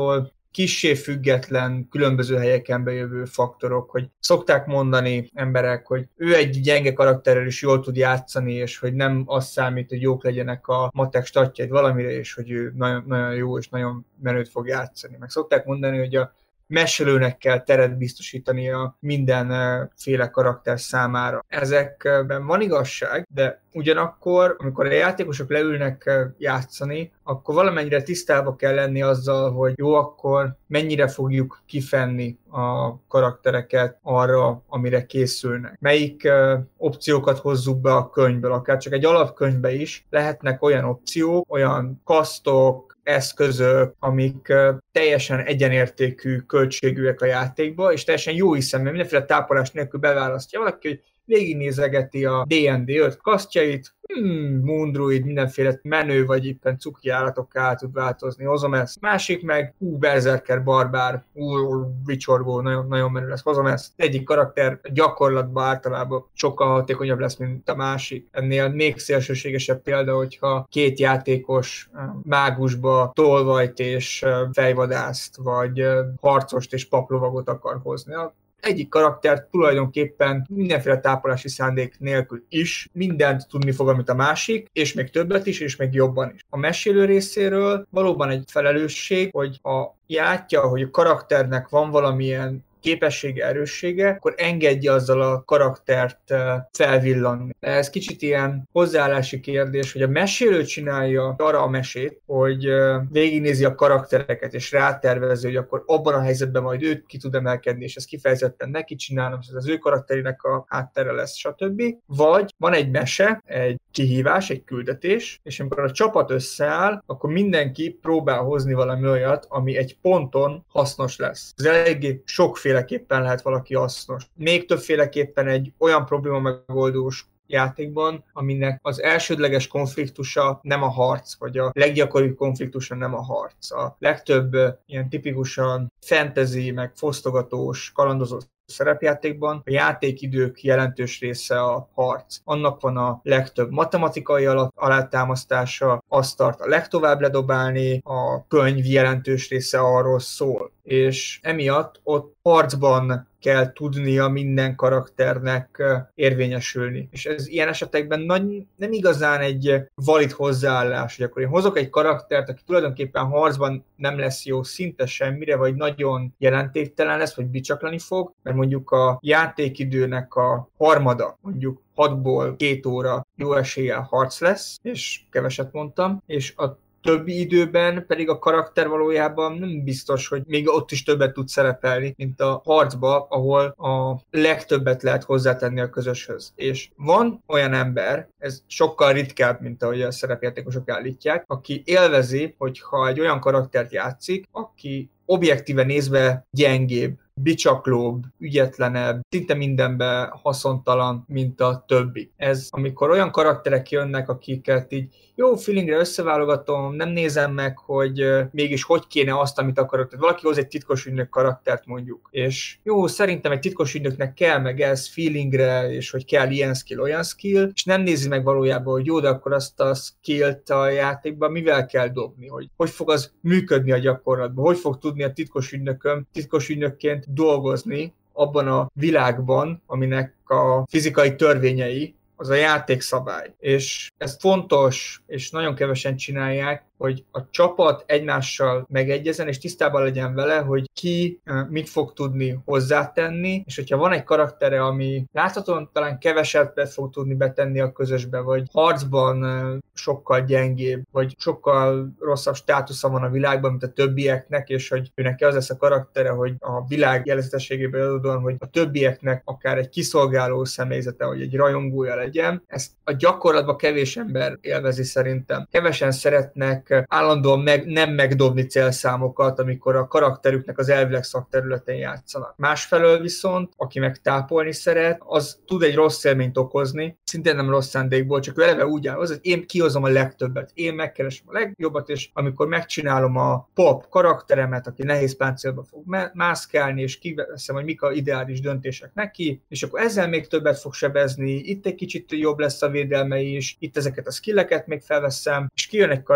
kissé független, különböző helyeken bejövő faktorok, hogy szokták mondani emberek, hogy ő egy gyenge karakterrel is jól tud játszani, és hogy nem az számít, hogy jók legyenek a matek statjaid valamire, és hogy ő nagyon, nagyon jó és nagyon menőt fog játszani. Meg szokták mondani, hogy a mesélőnek kell teret biztosítania mindenféle karakter számára. Ezekben van igazság, de ugyanakkor, amikor a játékosok leülnek játszani, akkor valamennyire tisztába kell lenni azzal, hogy jó, akkor mennyire fogjuk kifenni a karaktereket arra, amire készülnek. Melyik uh, opciókat hozzuk be a könyvből, akár csak egy alapkönyvbe is lehetnek olyan opciók, olyan kasztok, eszközök, amik uh, teljesen egyenértékű költségűek a játékba, és teljesen jó hiszem, mert mindenféle tápolás nélkül beválasztja valaki, hogy végignézegeti a dé and dé öt kasztjait, hmm, Moondruid, mindenféle menő, vagy éppen cuki állatokká át tud változni, hozom ezt. Másik meg, hú, Berserker, barbár, hú, vicsorgó, nagyon, nagyon menő lesz, hozom ezt. Egyik karakter gyakorlatban általában sokkal hatékonyabb lesz, mint a másik. Ennél még szélsőségesebb példa, hogyha két játékos mágusba tolvajt és fejvadászt, vagy harcost és paplovagot akar hozni. Egyik karakter tulajdonképpen mindenféle tápolási szándék nélkül is mindent tudni fog, amit a másik, és még többet is, és még jobban is. A mesélő részéről valóban egy felelősség, hogy a látja, hogy a karakternek van valamilyen képessége, erőssége, akkor engedje azzal a karaktert felvillanni. Ez kicsit ilyen hozzáállási kérdés, hogy a mesélő csinálja arra a mesét, hogy végignézi a karaktereket, és rátervező, hogy akkor abban a helyzetben majd őt ki tud emelkedni, és ezt kifejezetten neki csinálom, ez az ő karakterének a háttere lesz, stb. Vagy van egy mese, egy kihívás, egy küldetés, és amikor a csapat összeáll, akkor mindenki próbál hozni valami olyat, ami egy ponton hasznos lesz. Ez eléggé sokféleképpen lehet valaki hasznos. Még többféleképpen egy olyan probléma megoldós játékban, aminek az elsődleges konfliktusa nem a harc, vagy a leggyakoribb konfliktusa nem a harc. A legtöbb ilyen tipikusan fantasy, meg fosztogatós, kalandozó szerepjátékban a játékidők jelentős része a harc. Annak van a legtöbb matematikai alátámasztása, azt tart a legtovább ledobálni, a könyv jelentős része arról szól. És emiatt ott harcban kell tudnia minden karakternek érvényesülni. És ez ilyen esetekben nagy, nem igazán egy valid hozzáállás, hogy akkor én hozok egy karaktert, aki tulajdonképpen harcban nem lesz jó szinte semmire, vagy nagyon jelentéktelen lesz, vagy bicsaklani fog, mert mondjuk a játékidőnek a harmada, mondjuk hatból két óra jó eséllyel harc lesz, és keveset mondtam, és a többi időben pedig a karakter valójában nem biztos, hogy még ott is többet tud szerepelni, mint a harcba, ahol a legtöbbet lehet hozzátenni a közöshöz. És van olyan ember, ez sokkal ritkább, mint ahogy a szerepjátékosok állítják, aki élvezi, hogyha egy olyan karaktert játszik, aki objektíven nézve gyengébb, bicsaklóbb, ügyetlenebb, szinte mindenben haszontalan, mint a többi. Ez, amikor olyan karakterek jönnek, akiket így jó feelingre összeválogatom, nem nézem meg, hogy uh, mégis hogy kéne azt, amit akarok. Tehát valaki hoz egy titkos ügynök karaktert mondjuk, és jó, szerintem egy titkos ügynöknek kell meg ez feelingre, és hogy kell ilyen skill, olyan skill, és nem nézi meg valójában, hogy jó, de akkor azt a skillt a játékban mivel kell dobni, hogy hogy fog az működni a gyakorlatban, hogy fog tudni a titkos ügynököm titkos ügynökként dolgozni abban a világban, aminek a fizikai törvényei az a játékszabály. És ez fontos, és nagyon kevesen csinálják, hogy a csapat egymással megegyezen, és tisztában legyen vele, hogy ki mit fog tudni hozzátenni, és hogyha van egy karaktere, ami láthatóan talán keveset fog tudni betenni a közösbe, vagy harcban sokkal gyengébb, vagy sokkal rosszabb státusza van a világban, mint a többieknek, és hogy őnek az lesz a karaktere, hogy a világ jellegzetességében adódóan, hogy a többieknek akár egy kiszolgáló személyzete, vagy egy rajongója legyen. Ezt a gyakorlatban kevés ember élvezi szerintem. Kevesen szeretnek állandóan meg, nem megdobni célszámokat, amikor a karakterüknek az elvileg szakterületén játszanak. Másfelől viszont, aki meg tápolni szeret, az tud egy rossz élményt okozni, szintén nem rossz szándékból, csak eleve úgy áll, az, hogy én kihozom a legtöbbet, én megkeresem a legjobbat, és amikor megcsinálom a pop karakteremet, aki nehéz páncélba fog mászkálni, és kiveszem, hogy mik a ideális döntések neki, és akkor ezzel még többet fog sebezni, itt egy kicsit jobb lesz a védelme is, itt ezeket a skilleket még felveszem, és kijön egy karakter,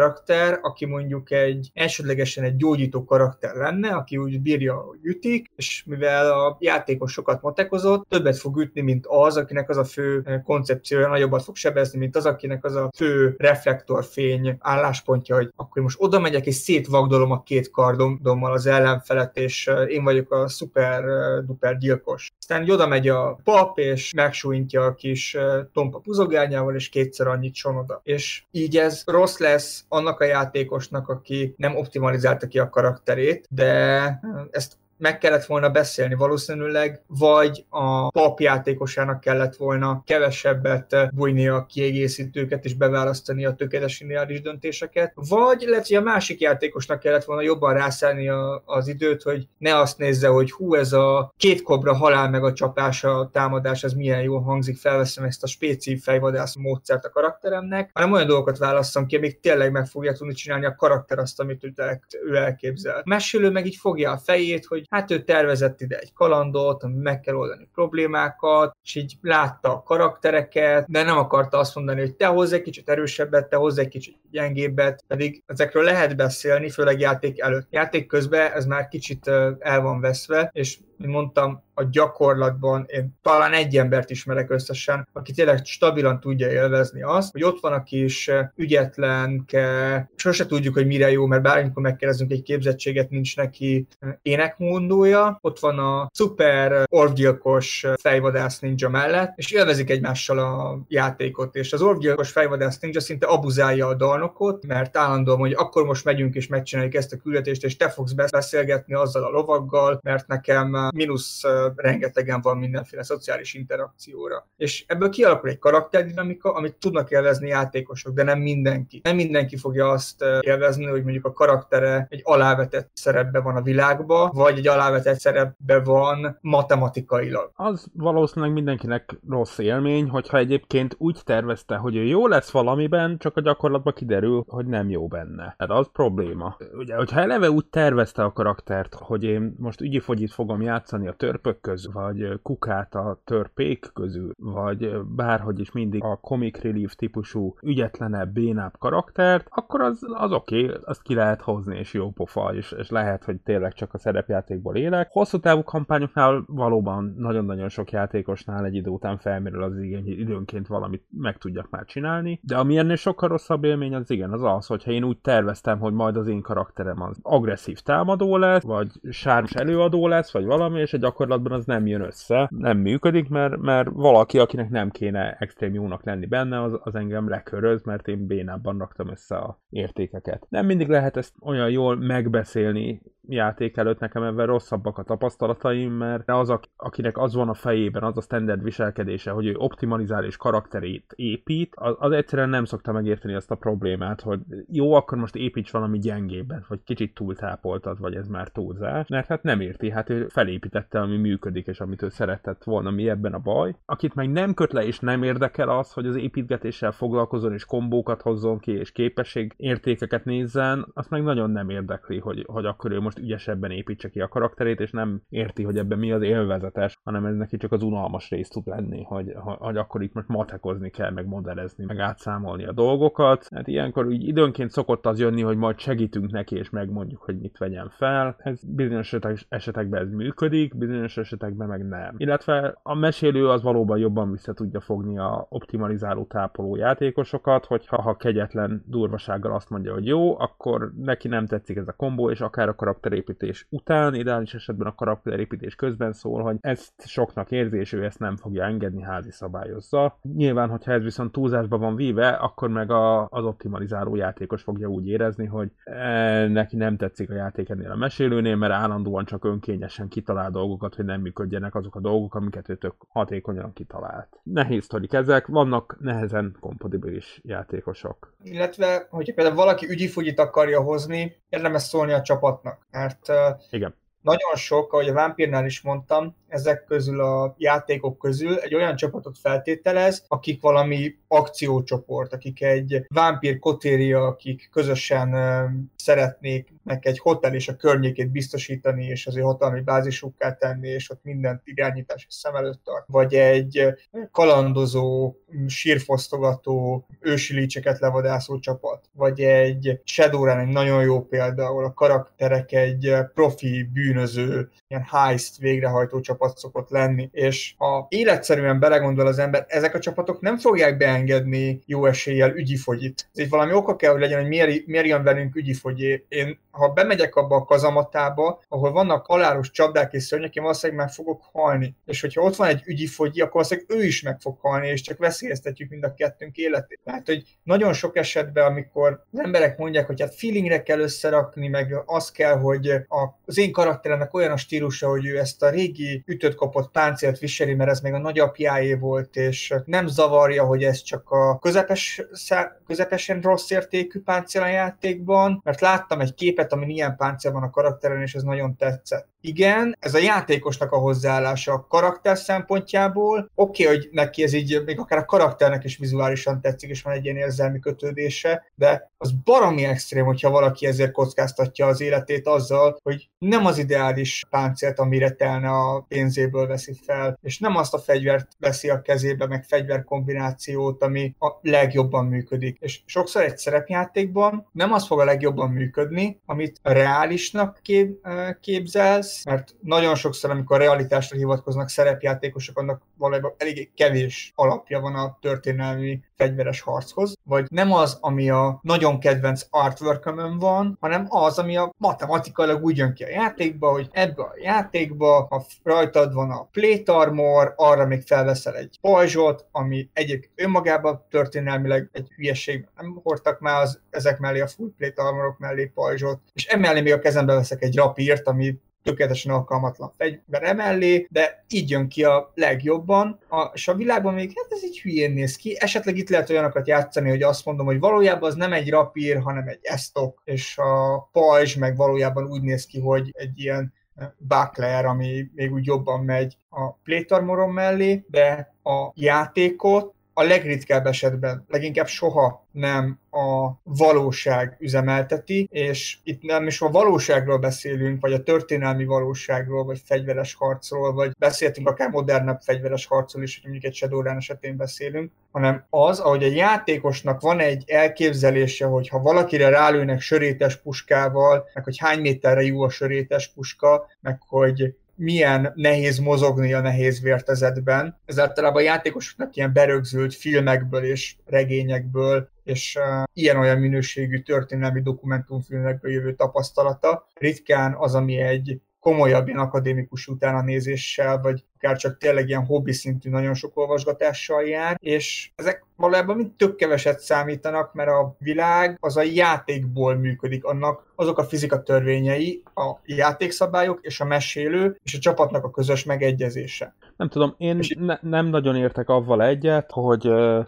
karakter, aki mondjuk egy elsődlegesen egy gyógyító karakter lenne, aki úgy bírja, hogy ütik, és mivel a játékos sokat matekozott, többet fog ütni, mint az, akinek az a fő koncepciója, nagyobbat fog sebezni, mint az, akinek az a fő reflektorfény álláspontja, hogy akkor most oda megyek és szétvagdolom a két kardommal az ellenfelet, és én vagyok a szuper-duper gyilkos. Aztán oda megy a pap, és megsújtja a kis tompa puzogányával, és kétszer annyit sonoda. És így ez rossz lesz annak a játékosnak, aki nem optimalizálta ki a karakterét, de ezt meg kellett volna beszélni valószínűleg, vagy a pap játékosának kellett volna kevesebbet bújni a kiegészítőket és beválasztani a tökéletes lineáris döntéseket, vagy lehet, hogy a másik játékosnak kellett volna jobban rászállni a, az időt, hogy ne azt nézze, hogy hú, ez a két kobra halál meg a csapás, a támadás, ez milyen jól hangzik, felveszem ezt a spéci fejvadász módszert a karakteremnek, hanem olyan dolgokat válasszam ki, amik tényleg meg fogja tudni csinálni a karakter azt, amit ő elképzel. A mesélő meg így fogja a fejét, hogy hát ő tervezett ide egy kalandot, ami meg kell oldani problémákat, és így látta a karaktereket, de nem akarta azt mondani, hogy te hozz egy kicsit erősebbet, te hozz egy kicsit gyengébbet, pedig ezekről lehet beszélni, főleg játék előtt. Játék közben ez már kicsit el van veszve, és mint mondtam, a gyakorlatban én talán egy embert ismerek összesen, aki tényleg stabilan tudja élvezni azt, hogy ott van a kis ügyetlenke, sose tudjuk, hogy mire jó, mert bármikor megkérdezünk egy képzettséget, nincs neki énekmondója, ott van a szuper orvgyilkos fejvadász ninja mellett, és élvezik egymással a játékot, és az orvgyilkos fejvadász ninja szinte abuzálja a dalnokot, mert állandóan mondja, akkor most megyünk és megcsináljuk ezt a küldetést, és te fogsz beszélgetni azzal a lovaggal, mert nekem mínusz rengetegen van mindenféle szociális interakcióra. És ebből kialakul egy karakterdinamika, amit tudnak élvezni játékosok, de nem mindenki. Nem mindenki fogja azt élvezni, hogy mondjuk a karaktere egy alávetett szerepbe van a világba, vagy egy alávetett szerepbe van matematikailag. Az valószínűleg mindenkinek rossz élmény, hogyha egyébként úgy tervezte, hogy ő jó lesz valamiben, csak a gyakorlatban kiderül, hogy nem jó benne. Hát az probléma. Ugye, hogyha eleve úgy tervezte a karaktert, hogy én most ügyifogyit fogom játszani a törpök közül, vagy kukát a törpék közül, vagy bárhogy is mindig a comic relief típusú ügyetlenebb, bénább karaktert, akkor az, az oké, okay, azt ki lehet hozni, és jó pofa, és, és lehet, hogy tényleg csak a szerepjátékból élek. Hosszú távú kampányoknál valóban nagyon-nagyon sok játékosnál egy idő után felmerül az igény, hogy időnként valamit meg tudjak már csinálni, de ami ennél sokkal rosszabb élmény az igen, az az, hogyha én úgy terveztem, hogy majd az én karakterem az agresszív támadó lesz, vagy sármos előadó lesz, vagy valami, és a gyakorlatban az nem jön össze, nem működik, mert, mert valaki, akinek nem kéne extrém jónak lenni benne, az, az engem leköröz, mert én bénábban raktam össze a értékeket. Nem mindig lehet ezt olyan jól megbeszélni játék előtt, nekem ebben rosszabbak a tapasztalataim, mert az, akinek az van a fejében, az a standard viselkedése, hogy ő optimalizál és karakterét épít, az, az egyszerűen nem szokta megérteni azt a problémát, hogy jó, akkor most építs valami gyengébben, vagy kicsit túltápoltad, vagy ez már túlzás, mert hát nem érti, hát ő felépítette, ami működik, és amit ő szeretett volna, mi ebben a baj. Akit meg nem köt le, és nem érdekel az, hogy az építgetéssel foglalkozzon, és kombókat hozzon ki, és képesség értékeket nézzen, azt meg nagyon nem érdekli, hogy, hogy akkor ő most ügyesebben építse ki a karakterét, és nem érti, hogy ebben mi az élvezetes, hanem ez neki csak az unalmas rész tud lenni, hogy, hogy akkor itt most matekozni kell, meg modellezni, meg átszámolni a dolgokat. Hát ilyenkor így időnként szokott az jönni, hogy majd segítünk neki, és megmondjuk, hogy mit vegyen fel. Ez bizonyos esetekben ez működik, bizonyos esetekben meg nem. Illetve a mesélő az valóban jobban vissza tudja fogni a optimalizáló tápoló játékosokat, hogyha ha kegyetlen durvasággal azt mondja, hogy jó, akkor neki nem tetszik ez a kombó, és akár a karakterépítés után, ideális esetben a karakterépítés közben szól, hogy ezt soknak érzi, és ő ezt nem fogja engedni, házi szabályozza. Nyilván, hogyha ez viszont túlzásba van víve, akkor meg a, az optimalizáló játékos fogja úgy érezni, hogy e, neki nem tetszik a játék ennél a mesélőnél, mert állandóan csak önkényesen kitalál dolgokat, hogy nem működjenek azok a dolgok, amiket ő tök hatékonyan kitalált. Nehéz sztorik ezek, vannak nehezen kompatibilis játékosok. Illetve, hogyha például valaki ügyifogyit akarja hozni, érdemes szólni a csapatnak, mert igen. Nagyon sok, ahogy a Vámpírnál is mondtam, ezek közül a játékok közül egy olyan csapatot feltételez, akik valami akciócsoport, akik egy vámpír kotéria, akik közösen szeretnék neki egy hotel és a környékét biztosítani, és az ő hatalmi bázisukká tenni, és ott mindent irányítás és szem előtt tart, vagy egy kalandozó, sírfosztogató, ősi lícseket levadászó csapat, vagy egy Shadowrun egy nagyon jó példa, ahol a karakterek egy profi, bűnöző, ilyen heist végrehajtó csapat szokott lenni, és ha életszerűen belegondol az ember, ezek a csapatok nem fogják beengedni jó eséllyel ügyifogyit. Ez így valami oka kell, hogy legyen, hogy miért, miért jön velünk ügyifogyé. Én, ha bemegyek abba a kazamatába, ahol vannak halálos csapdák és szörnyek, én valószínűleg meg fogok halni. És hogyha ott van egy ügyifogyi, akkor valószínűleg ő is meg fog halni, és csak veszélyeztetjük mind a kettőnk életét. Tehát, hogy nagyon sok esetben, amikor az emberek mondják, hogy hát feelingre kell összerakni, meg az kell, hogy az én karakteremnek olyan a stílusa, hogy ő ezt a régi ütött-kopott páncélt viseli, mert ez még a nagyapjáé volt, és nem zavarja, hogy ez csak a közepes, közepesen rossz értékű páncél a játékban, mert láttam egy képet, amin ilyen páncél van a karakteren, és ez nagyon tetszett. Igen, ez a játékosnak a hozzáállása a karakter szempontjából. Oké, okay, hogy neki ez így, még akár a karakternek is vizuálisan tetszik, és van egy ilyen érzelmi kötődése, de az baromi extrém, hogyha valaki ezért kockáztatja az életét azzal, hogy nem az ideális páncélt, amire telne a pénzéből veszi fel, és nem azt a fegyvert veszi a kezébe, meg fegyverkombinációt, ami a legjobban működik. És sokszor egy szerepjátékban nem az fog a legjobban működni, amit reálisnak kép, képzelsz, mert nagyon sokszor, amikor realitásra hivatkoznak szerepjátékosok, annak valójában elég kevés alapja van a történelmi fegyveres harchoz, vagy nem az, ami a nagyon kedvenc artwork-ömön van, hanem az, ami a matematikailag úgy jön ki a játékba, hogy ebbe a játékba, ha rajtad van a plate armor, arra még felveszel egy pajzsot, ami egyébként önmagában történelmileg egy hülyeség, nem hordtak már az, ezek mellé a full plate armorok mellé pajzsot, és emellé még a kezembe veszek egy rapírt, ami tökéletesen alkalmatlan fegyver emellé, de így jön ki a legjobban, a, és a világban még hát ez így hülyén néz ki. Esetleg itt lehet olyanokat játszani, hogy azt mondom, hogy valójában az nem egy rapír, hanem egy esztok, és a pajzs meg valójában úgy néz ki, hogy egy ilyen buckler, ami még úgy jobban megy a plate armoron mellé, de a játékot a legritkább esetben, leginkább soha nem a valóság üzemelteti, és itt nem is a valóságról beszélünk, vagy a történelmi valóságról, vagy fegyveres harcról, vagy beszéltünk akár modernebb fegyveres harcról is, hogy mondjuk egy Shadowrun esetén beszélünk, hanem az, ahogy a játékosnak van egy elképzelése, hogy ha valakire rálőnek sörétes puskával, meg hogy hány méterre jó a sörétes puska, meg hogy milyen nehéz mozogni a nehéz vértezetben. Ez általában a játékosoknak ilyen berögzült filmekből és regényekből, és uh, ilyen-olyan minőségű történelmi dokumentumfilmekből jövő tapasztalata. Ritkán az, ami egy komolyabb ilyen akadémikus utánanézéssel, vagy akár csak tényleg ilyen hobbi szintű nagyon sok olvasgatással jár, és ezek valójában mind tök keveset számítanak, mert a világ az a játékból működik, annak azok a fizika törvényei, a játékszabályok és a mesélő és a csapatnak a közös megegyezése. Nem tudom, én ne, nem nagyon értek avval egyet, hogy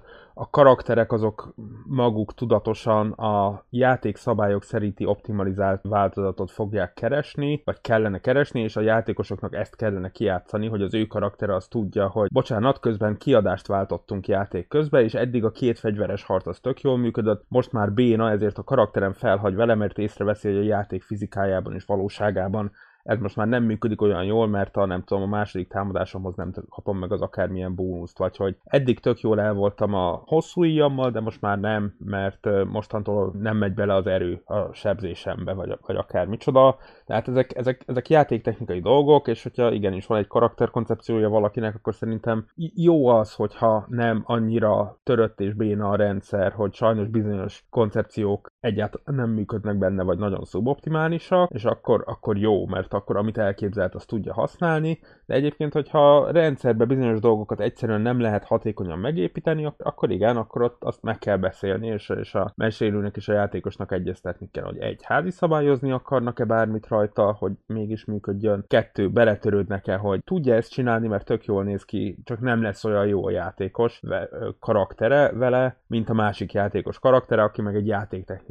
a karakterek azok maguk tudatosan a játékszabályok szerinti optimalizált változatot fogják keresni, vagy kellene keresni, és a játékosoknak ezt kellene kijátszani, hogy az ő karaktere az tudja, hogy bocsánat, közben kiadást váltottunk játék közben, és eddig a két fegyveres harc az tök jól működött, most már béna, ezért a karakterem felhagy vele, mert észreveszi, hogy a játék fizikájában és valóságában ez most már nem működik olyan jól, mert a, nem tudom, a második támadásomhoz nem kapom meg az akármilyen bónuszt, vagy hogy eddig tök jól el voltam a hosszú íjammal, de most már nem, mert mostantól nem megy bele az erő a sebzésembe, vagy, vagy akár micsoda. Tehát ezek, ezek, ezek játéktechnikai dolgok, és hogyha igenis van egy karakterkoncepciója valakinek, akkor szerintem jó az, hogyha nem annyira törött és béna a rendszer, hogy sajnos bizonyos koncepciók egyáltalán nem működnek benne, vagy nagyon szuboptimálisak, és akkor, akkor jó, mert akkor amit elképzelt, azt tudja használni, de egyébként, hogyha rendszerbe bizonyos dolgokat egyszerűen nem lehet hatékonyan megépíteni, akkor igen, akkor ott azt meg kell beszélni, és, és a mesélőnek és a játékosnak egyeztetni kell, hogy egy, házi szabályozni akarnak-e bármit rajta, hogy mégis működjön, kettő, beletörődnek-e, hogy tudja ezt csinálni, mert tök jól néz ki, csak nem lesz olyan jó a játékos karaktere vele, mint a másik játékos karaktere, aki meg egy játéktechnikai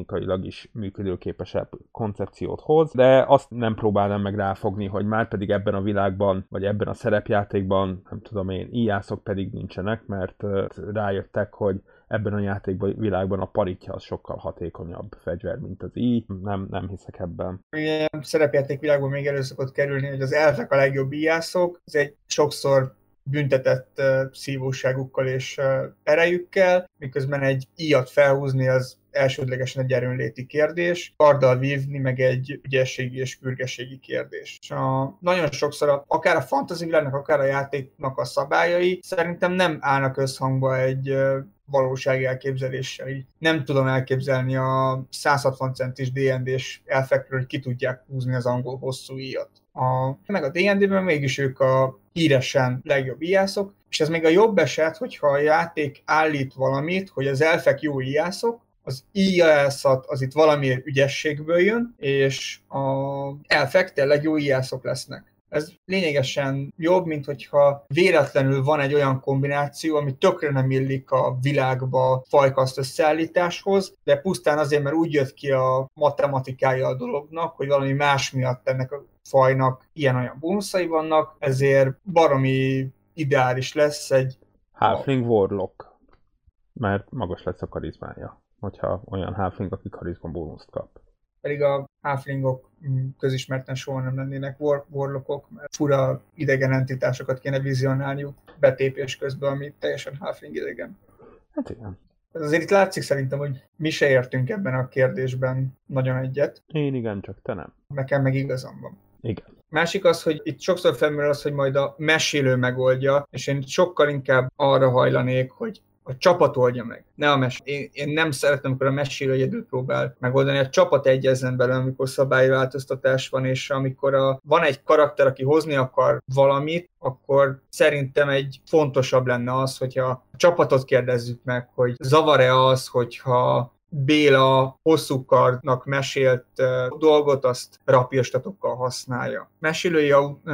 technikailag is működőképesebb koncepciót hoz, de azt nem próbálnám meg ráfogni, hogy már pedig ebben a világban, vagy ebben a szerepjátékban, nem tudom én, íjászok pedig nincsenek, mert rájöttek, hogy ebben a játékban, világban a paritja az sokkal hatékonyabb fegyver, mint az íj. Nem, nem hiszek ebben. Ilyen szerepjáték világban még elő szokott kerülni, hogy az elfek a legjobb íjászok, ez egy sokszor büntetett uh, szívóságukkal és uh, erejükkel, miközben egy íjat felhúzni az elsődlegesen egy erőnléti kérdés, karddal vívni meg egy ügyességi és kürgességi kérdés. És a, nagyon sokszor a, akár a fantasy világnak, akár a játéknak a szabályai szerintem nem állnak összhangba egy uh, valósági elképzeléssel. Így nem tudom elképzelni a száz hatvan centis dé end dés elfekről, hogy ki tudják húzni az angol hosszú íjat. A, meg a dé end dében mégis ők a híresen legjobb íjászok, és ez még a jobb eset, hogyha a játék állít valamit, hogy az elfek jó íjászok, az íjászat az itt valamiért ügyességből jön, és az elfek tényleg jó íjászok lesznek. Ez lényegesen jobb, mint hogyha véletlenül van egy olyan kombináció, ami tökre nem illik a világba fajkaszt összeállításhoz, de pusztán azért, mert úgy jött ki a matematikája a dolognak, hogy valami más miatt ennek a fajnak ilyen-olyan bónuszai vannak, ezért baromi ideális lesz egy... Halfling Warlock, mert magas lesz a karizmája, hogyha olyan halfling, aki karizma bónuszt kap. Pedig a halflingok közismerten soha nem lennének war- warlockok, mert fura idegen entitásokat kéne vizionálniuk betépés közben, ami teljesen halfling idegen. Hát igen. Azért itt látszik szerintem, hogy mi se értünk ebben a kérdésben nagyon egyet. Én igen, csak te nem. Nekem meg igazam van. Igen. Másik az, hogy itt sokszor felmerül az, hogy majd a mesélő megoldja, és én sokkal inkább arra hajlanék, hogy a csapat oldja meg, ne a mesélő. Én, én nem szeretem, amikor a mesélő egyedül próbál megoldani, a csapat egyezzen bele, amikor szabályváltoztatás van, és amikor a, van egy karakter, aki hozni akar valamit, akkor szerintem egy fontosabb lenne az, hogyha a csapatot kérdezzük meg, hogy zavar-e az, hogyha Béla hosszú kardnak mesélt uh, dolgot, azt rapírstatokkal használja. Mesélői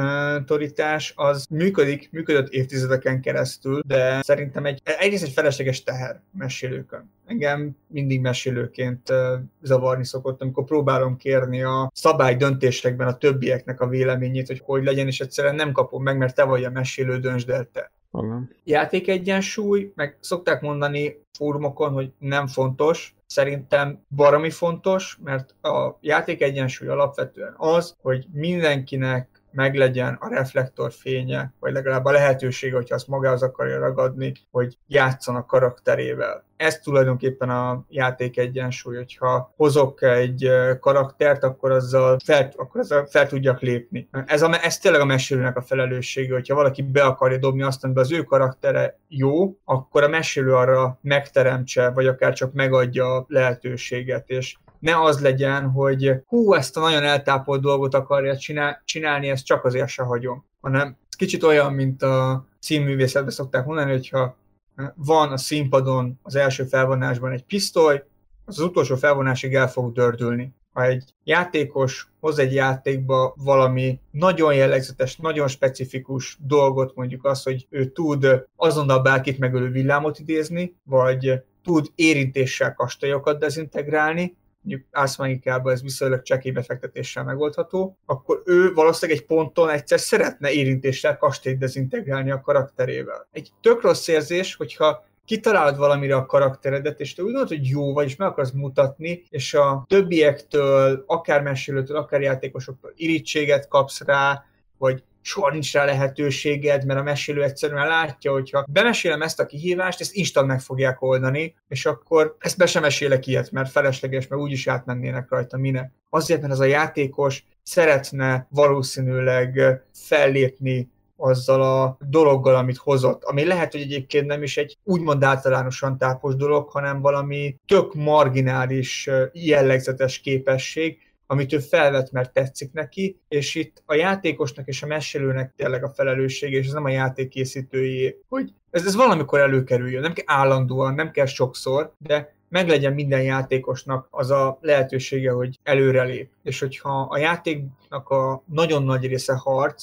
autoritás az működik, működött évtizedeken keresztül, de szerintem egy, egyrészt egy felesleges teher mesélőkön. Engem mindig mesélőként uh, zavarni szokott, amikor próbálom kérni a szabály döntésekben a többieknek a véleményét, hogy hogy legyen, és egyszerűen nem kapom meg, mert te vagy a mesélő, döntsd el te. Okay. Játékegyensúly, meg szokták mondani fórumokon, hogy nem fontos. Szerintem baromi fontos, mert a játékegyensúly alapvetően az, hogy mindenkinek meglegyen a reflektorfénye, vagy legalább a lehetősége, hogyha azt magához akarja ragadni, hogy játszon a karakterével. Ez tulajdonképpen a játékegyensúly, hogyha hozok egy karaktert, akkor azzal fel, akkor azzal fel tudjak lépni. Ez, a, ez tényleg a mesélőnek a felelőssége, hogyha valaki be akarja dobni azt, amiben az ő karaktere jó, akkor a mesélő arra megteremtse, vagy akár csak megadja a lehetőséget, és ne az legyen, hogy hú, ezt a nagyon eltápolt dolgot akarja csinál, csinálni, ezt csak azért se hagyom. Hanem ez kicsit olyan, mint a színművészetben szokták mondani, hogyha van a színpadon az első felvonásban egy pisztoly, az, az utolsó felvonásig el fog dördülni. Ha egy játékos hoz egy játékba valami nagyon jellegzetes, nagyon specifikus dolgot, mondjuk azt, hogy ő tud azonnal bárkit megölő villámot idézni, vagy tud érintéssel kastélyokat dezintegrálni, mondjuk Ars Magicában ez viszonylag csekély befektetéssel megoldható, akkor ő valószínűleg egy ponton egyszer szeretne érintéssel kastélyt dezintegrálni a karakterével. Egy tök rossz érzés, hogyha kitalálod valamire a karakteredet, és te úgy gondolod, hogy jó vagy, és meg akarsz mutatni, és a többiektől, akár mesélőtől, akár játékosoktól irítséget kapsz rá, vagy soha nincs rá lehetőséged, mert a mesélő egyszerűen látja, hogyha bemesélem ezt a kihívást, ezt instant meg fogják oldani, és akkor ezt be sem mesélek ilyet, mert felesleges, mert úgyis átmennének rajta, minek. Azért, mert az a játékos szeretne valószínűleg fellépni azzal a dologgal, amit hozott, ami lehet, hogy egyébként nem is egy úgymond általánosan tápos dolog, hanem valami tök marginális, jellegzetes képesség, amit ő felvet, mert tetszik neki, és itt a játékosnak és a mesélőnek tényleg a felelőssége, és ez nem a játék készítőjé, hogy ez, ez valamikor előkerüljön, nem kell állandóan, nem kell sokszor, de meglegyen minden játékosnak az a lehetősége, hogy előrelép. És hogyha a játéknak a nagyon nagy része harc,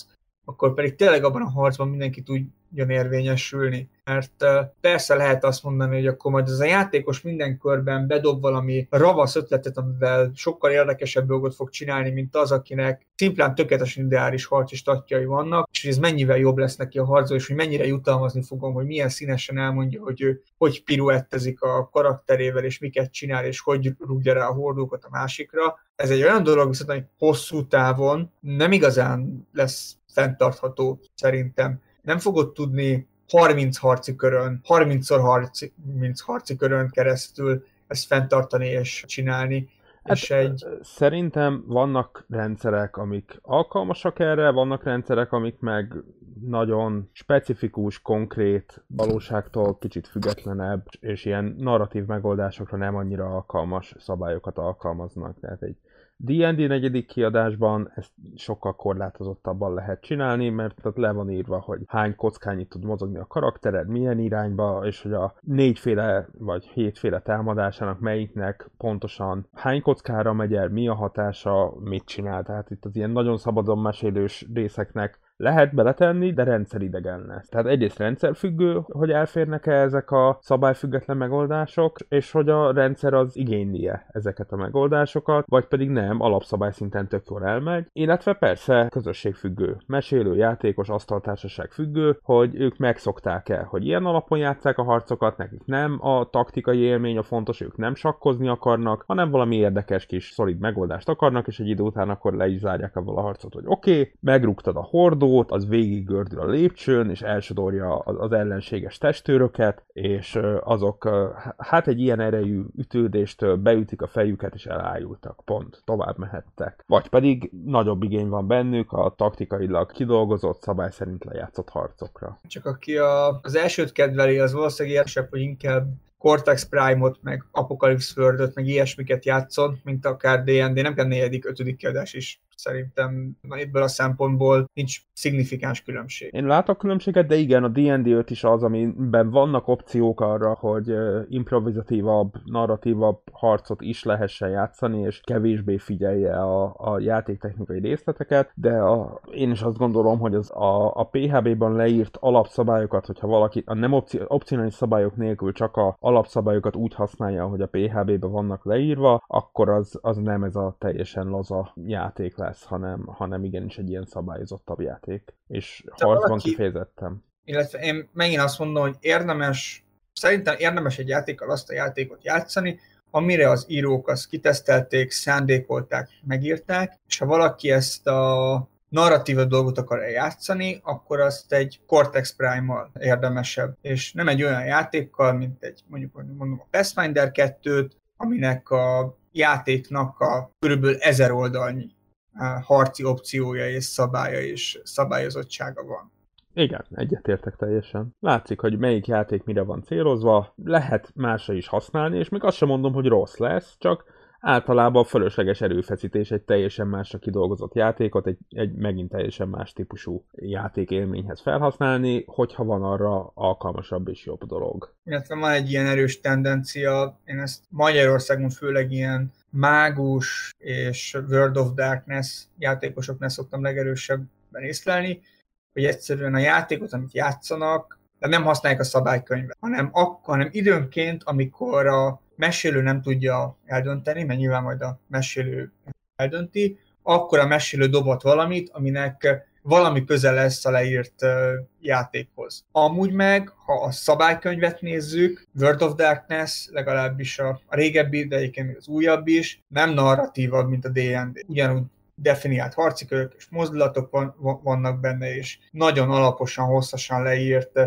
akkor pedig tényleg abban a harcban mindenki tudjon érvényesülni. Mert persze lehet azt mondani, hogy akkor majd ez a játékos minden körben bedob valami ravasz ötletet, amivel sokkal érdekesebb dolgot fog csinálni, mint az, akinek szimplán tökéletesen ideális harci statjai vannak, és hogy ez mennyivel jobb lesz neki a harcol, és hogy mennyire jutalmazni fogom, hogy milyen színesen elmondja, hogy ő hogy piruettezik a karakterével, és miket csinál, és hogy rúgja rá a hordókat a másikra. Ez egy olyan dolog, viszont, hogy hosszú távon nem igazán lesz fenntartható szerintem. Nem fogod tudni harminc harci körön, harmincszor harminc harci körön keresztül ezt fenntartani és csinálni. Hát, és egy... Szerintem vannak rendszerek, amik alkalmasak erre, vannak rendszerek, amik meg nagyon specifikus, konkrét, valóságtól kicsit függetlenebb, és ilyen narratív megoldásokra nem annyira alkalmas szabályokat alkalmaznak. Tehát egy dé és dé negyedik kiadásban ezt sokkal korlátozottabban lehet csinálni, mert ott le van írva, hogy hány kockányit tud mozogni a karaktered, milyen irányba, és hogy a négyféle vagy hétféle támadásának melyiknek pontosan hány kockára megy el, mi a hatása, mit csinál. Tehát itt az ilyen nagyon szabadon mesélős részeknek lehet beletenni, de rendszeridegen lesz. Tehát egyrészt rendszerfüggő, hogy elférnek-e ezek a szabályfüggetlen megoldások, és hogy a rendszer az igényli-e ezeket a megoldásokat, vagy pedig nem, alapszabály szinten tök jól elmegy. Illetve persze közösségfüggő, mesélő, játékos, asztaltársaság függő, hogy ők megszokták-e, hogy ilyen alapon játsszák a harcokat, nekik nem a taktikai élmény a fontos, ők nem sakkozni akarnak, hanem valami érdekes kis szolid megoldást akarnak, és egy idő után akkor le is zárják abból a harcot, hogy oké, okay, megrúgtad a hordó, az végig gördül a lépcsőn, és elsodorja az ellenséges testőröket, és azok hát egy ilyen erejű ütődéstől beütik a fejüket, és elájultak. Pont. Tovább mehettek. Vagy pedig nagyobb igény van bennük a taktikailag kidolgozott, szabály szerint lejátszott harcokra. Csak aki a, az elsőt kedveli, az valószínűleg érdekesebb, hogy inkább Cortex Prime-ot, meg Apocalypse World-öt, meg ilyesmiket játszon, mint akár dé és dé, nem kell negyedik, ötödik kiadás is. Szerintem ebből a szempontból nincs szignifikáns különbség. Én látok különbséget, de igen, a dé és dé öt is az, amiben vannak opciók arra, hogy improvizatívabb, narratívabb harcot is lehessen játszani, és kevésbé figyelje a, a játéktechnikai részleteket, de a, én is azt gondolom, hogy az a, a pé há bé-ban leírt alapszabályokat, hogyha valaki a nem opci, opcionális szabályok nélkül csak a alapszabályokat úgy használja, hogy a pé há bé-ben vannak leírva, akkor az, az nem ez a teljesen laza játék lesz, hanem, hanem igenis egy ilyen szabályozottabb játék. És de harcban valaki... kifejezettem. Illetve én megint azt mondom, hogy érdemes, szerintem érdemes egy játékkal azt a játékot játszani, amire az írók azt kitesztelték, szándékolták, megírták, és ha valaki ezt a narratíva dolgot akar eljátszani, akkor azt egy Cortex Prime-mal érdemesebb. És nem egy olyan játékkal, mint egy mondjuk mondom a Pathfinder kettőt, aminek a játéknak a körülbelül ezer oldalnyi harci opciója és szabálya és szabályozottsága van. Igen, egyetértek teljesen. Látszik, hogy melyik játék mire van célozva, lehet másra is használni, és még azt sem mondom, hogy rossz lesz, csak általában fölösleges erőfeszítés egy teljesen másra kidolgozott játékot, egy, egy megint teljesen más típusú játékélményhez felhasználni, hogyha van arra alkalmasabb és jobb dolog. Illetve van egy ilyen erős tendencia, én ezt Magyarországon főleg ilyen mágus és World of Darkness játékosoknál szoktam legerősebben észlelni, hogy egyszerűen a játékot, amit játszanak, de nem használják a szabálykönyvet, hanem, akkor, hanem időnként, amikor a mesélő nem tudja eldönteni, mert nyilván majd a mesélő eldönti, akkor a mesélő dobott valamit, aminek valami köze lesz a leírt játékhoz. Amúgy meg, ha a szabálykönyvet nézzük, World of Darkness, legalábbis a, a régebbi, de egyébként az újabb is, nem narratívabb, mint a dé és dé. Ugyanúgy definiált harci körök és mozdulatok van, vannak benne, és nagyon alaposan, hosszasan leírt,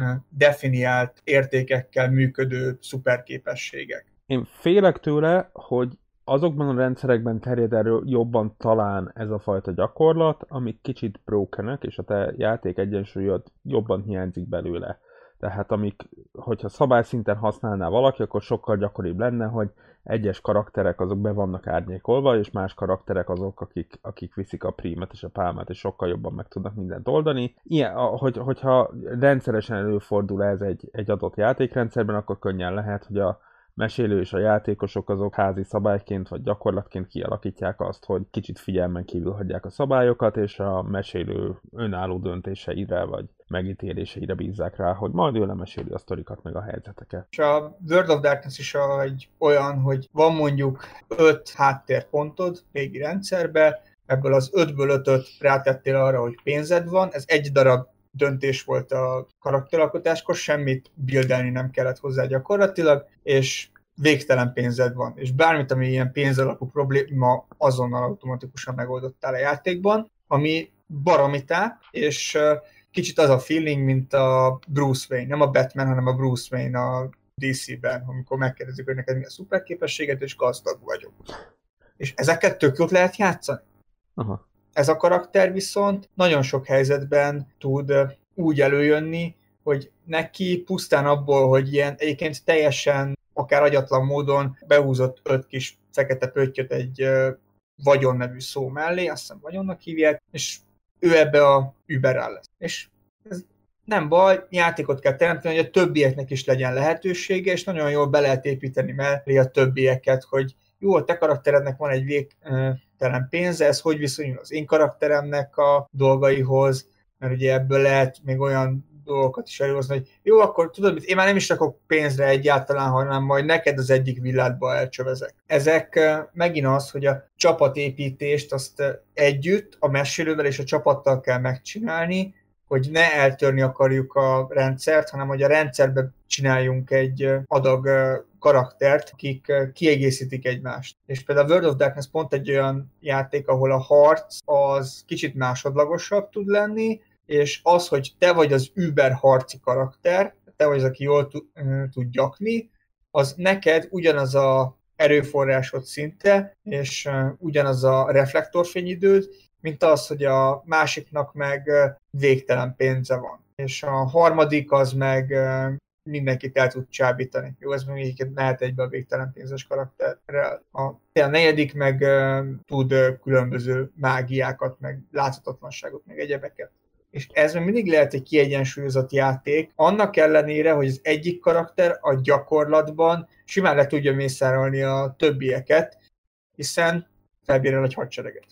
definiált értékekkel működő szuperképességek. Én félek tőle, hogy azokban a rendszerekben terjed erről jobban talán ez a fajta gyakorlat, amik kicsit brokenek, és a te játék egyensúlyod jobban hiányzik belőle. Tehát amik, hogyha szabályszinten használná valaki, akkor sokkal gyakoribb lenne, hogy egyes karakterek azok be vannak árnyékolva, és más karakterek azok, akik, akik viszik a prímet és a pálmát, és sokkal jobban meg tudnak mindent oldani. Ilyen, hogy, hogyha rendszeresen előfordul ez egy, egy adott játékrendszerben, akkor könnyen lehet, hogy a mesélő és a játékosok azok házi szabályként vagy gyakorlatként kialakítják azt, hogy kicsit figyelmen kívül hagyják a szabályokat, és a mesélő önálló döntéseire vagy megítéléseire bízzák rá, hogy majd ő lemeséli a sztorikat meg a helyzeteket. És a World of Darkness is egy olyan, hogy van mondjuk öt háttérpontod régi rendszerbe, ebből az ötből ötöt rátettél arra, hogy pénzed van, ez egy darab döntés volt a karakteralkotáskor, semmit buildelni nem kellett hozzá gyakorlatilag, és végtelen pénzed van. És bármit, ami ilyen pénzalapú probléma, azonnal automatikusan megoldottál a játékban, ami baromitá, és kicsit az a feeling, mint a Bruce Wayne, nem a Batman, hanem a Bruce Wayne a dé cé-ben, amikor megkérdezik, hogy neked mi a szuperképességed, és gazdag vagyok. És ezeket tök jót lehet játszani. Aha. Ez a karakter viszont nagyon sok helyzetben tud úgy előjönni, hogy neki pusztán abból, hogy ilyen egyébként teljesen, akár agyatlan módon behúzott öt kis fekete pöttyöt egy vagyon nevű szó mellé, azt hiszem vagyonnak hívják, és ő ebbe a überrel lesz. És ez nem baj, játékot kell teremteni, hogy a többieknek is legyen lehetősége, és nagyon jól be lehet építeni mellé a többieket, hogy jó, a te karakterednek van egy végtelen pénze, ez hogy viszonyul az én karakteremnek a dolgaihoz, mert ugye ebből lehet még olyan dolgokat is előhozni, hogy jó, akkor tudod, én már nem is rakok pénzre egyáltalán, hanem majd neked az egyik villádba elcsövezek. Ezek megint az, hogy a csapatépítést azt együtt a mesélővel és a csapattal kell megcsinálni, hogy ne eltörni akarjuk a rendszert, hanem hogy a rendszerbe csináljunk egy adag karaktert, akik kiegészítik egymást. És például a World of Darkness pont egy olyan játék, ahol a harc az kicsit másodlagosabb tud lenni, és az, hogy te vagy az über harci karakter, te vagy az, aki jól tud gyakni, az neked ugyanaz a erőforrásod szinte, és ugyanaz a reflektorfényidőd, mint az, hogy a másiknak meg végtelen pénze van. És a harmadik az meg mindenkit el tud csábítani. Jó, ez még mehet egybe a végtelen pénzes karakterrel. A, a negyedik meg uh, tud uh, különböző mágiákat, meg láthatatlanságot, meg egyebeket. És ez még mindig lehet egy kiegyensúlyozott játék, annak ellenére, hogy az egyik karakter a gyakorlatban simán le tudja mészárolni a többieket, hiszen felbírál egy hadsereget.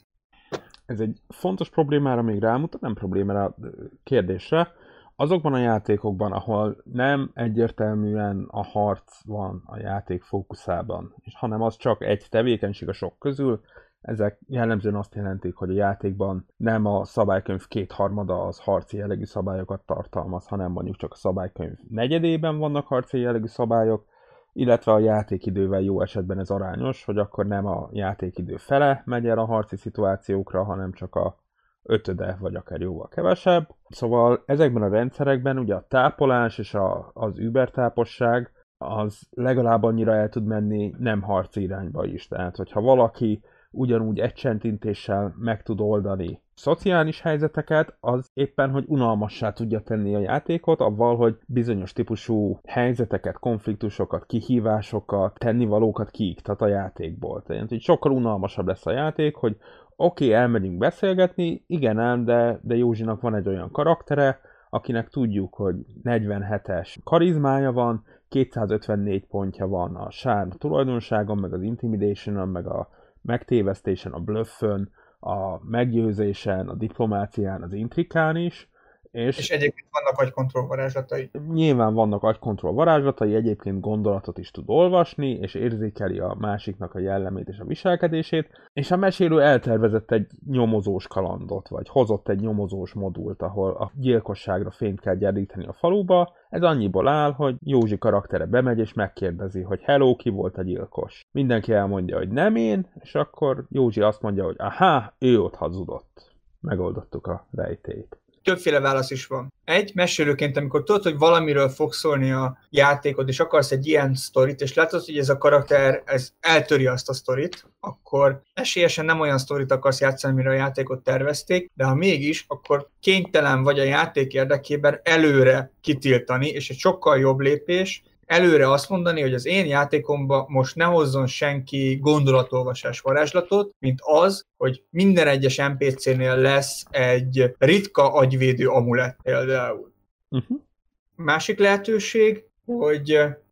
Ez egy fontos problémára még rámutat, nem problémára, kérdésre. Azokban a játékokban, ahol nem egyértelműen a harc van a játék fókuszában, és hanem az csak egy tevékenység a sok közül, ezek jellemzően azt jelentik, hogy a játékban nem a szabálykönyv kétharmada az harci jellegű szabályokat tartalmaz, hanem mondjuk csak a szabálykönyv negyedében vannak harci jellegű szabályok, illetve a játékidővel jó esetben ez arányos, hogy akkor nem a játékidő fele megy el a harci szituációkra, hanem csak a ötöde, vagy akár jóval kevesebb. Szóval ezekben a rendszerekben ugye a tápolás és a, az übertáposság az legalább annyira el tud menni nem harci irányba is. Tehát, hogyha valaki ugyanúgy egy csentintéssel meg tud oldani szociális helyzeteket, az éppen, hogy unalmassá tudja tenni a játékot, avval, hogy bizonyos típusú helyzeteket, konfliktusokat, kihívásokat, tennivalókat kiiktat a játékból. Tehát, hogy sokkal unalmasabb lesz a játék, hogy oké, okay, elmegyünk beszélgetni, igen ám, de, de Józsinak van egy olyan karaktere, akinek tudjuk, hogy negyvenhetes karizmája van, kétszázötvennégy pontja van a charm tulajdonságon, meg az intimidationon, meg a megtévesztésen, a bluffön, a meggyőzésen, a diplomácián, az intrikán is. És, és egyébként vannak agykontroll varázslatai. Nyilván vannak agykontroll varázslatai, egyébként gondolatot is tud olvasni, és érzékeli a másiknak a jellemét és a viselkedését, és a mesélő eltervezett egy nyomozós kalandot, vagy hozott egy nyomozós modult, ahol a gyilkosságra fényt kell gyeríteni a faluba. Ez annyiból áll, hogy Józsi karaktere bemegy és megkérdezi, hogy hello, ki volt a gyilkos. Mindenki elmondja, hogy nem én, és akkor Józsi azt mondja, hogy aha, ő ott hazudott. Megoldottuk a rejtélyt. Többféle válasz is van. Egy, mesélőként, amikor tudod, hogy valamiről fog szólni a játékod, és akarsz egy ilyen sztorit, és látod, hogy ez a karakter ez eltöri azt a sztorit, akkor esélyesen nem olyan sztorit akarsz játszani, mire a játékot tervezték, de ha mégis, akkor kénytelen vagy a játék érdekében előre kitiltani, és egy sokkal jobb lépés, előre azt mondani, hogy az én játékomba most ne hozzon senki gondolatolvasás varázslatot, mint az, hogy minden egyes en pé cé-nél lesz egy ritka agyvédő amulett például. Uh-huh. Másik lehetőség, hogy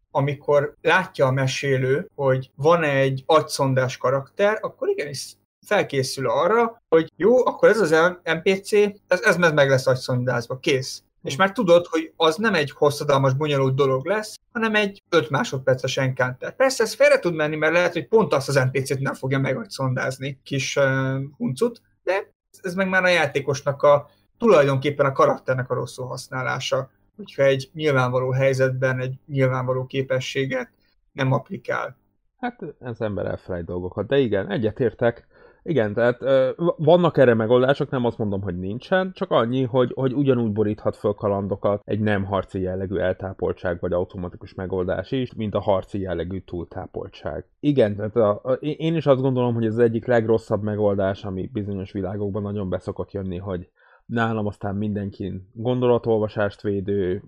amikor látja a mesélő, hogy van egy agyszondás karakter, akkor igenis felkészül arra, hogy jó, akkor ez az en pé cé, ez, ez meg lesz agyszondázva, kész. Hmm. És már tudod, hogy az nem egy hosszadalmas, bonyolult dolog lesz, hanem egy öt másodperces encounter. Persze ez félre tud menni, mert lehet, hogy pont azt az en pé cét nem fogja megagyszondázni, kis uh, huncut, de ez meg már a játékosnak a tulajdonképpen a karakternek a rosszul használása, hogyha egy nyilvánvaló helyzetben egy nyilvánvaló képességet nem applikál. Hát ez ember elfelejt dolgokat, de igen, egyetértek. Igen, tehát ö, vannak erre megoldások, nem azt mondom, hogy nincsen, csak annyi, hogy, hogy ugyanúgy boríthat föl kalandokat egy nem harci jellegű eltápoltság vagy automatikus megoldás is, mint a harci jellegű túltápoltság. Igen, tehát a, a, én is azt gondolom, hogy ez az egyik legrosszabb megoldás, ami bizonyos világokban nagyon beszokott jönni, hogy nálam aztán mindenkin gondolatolvasást védő,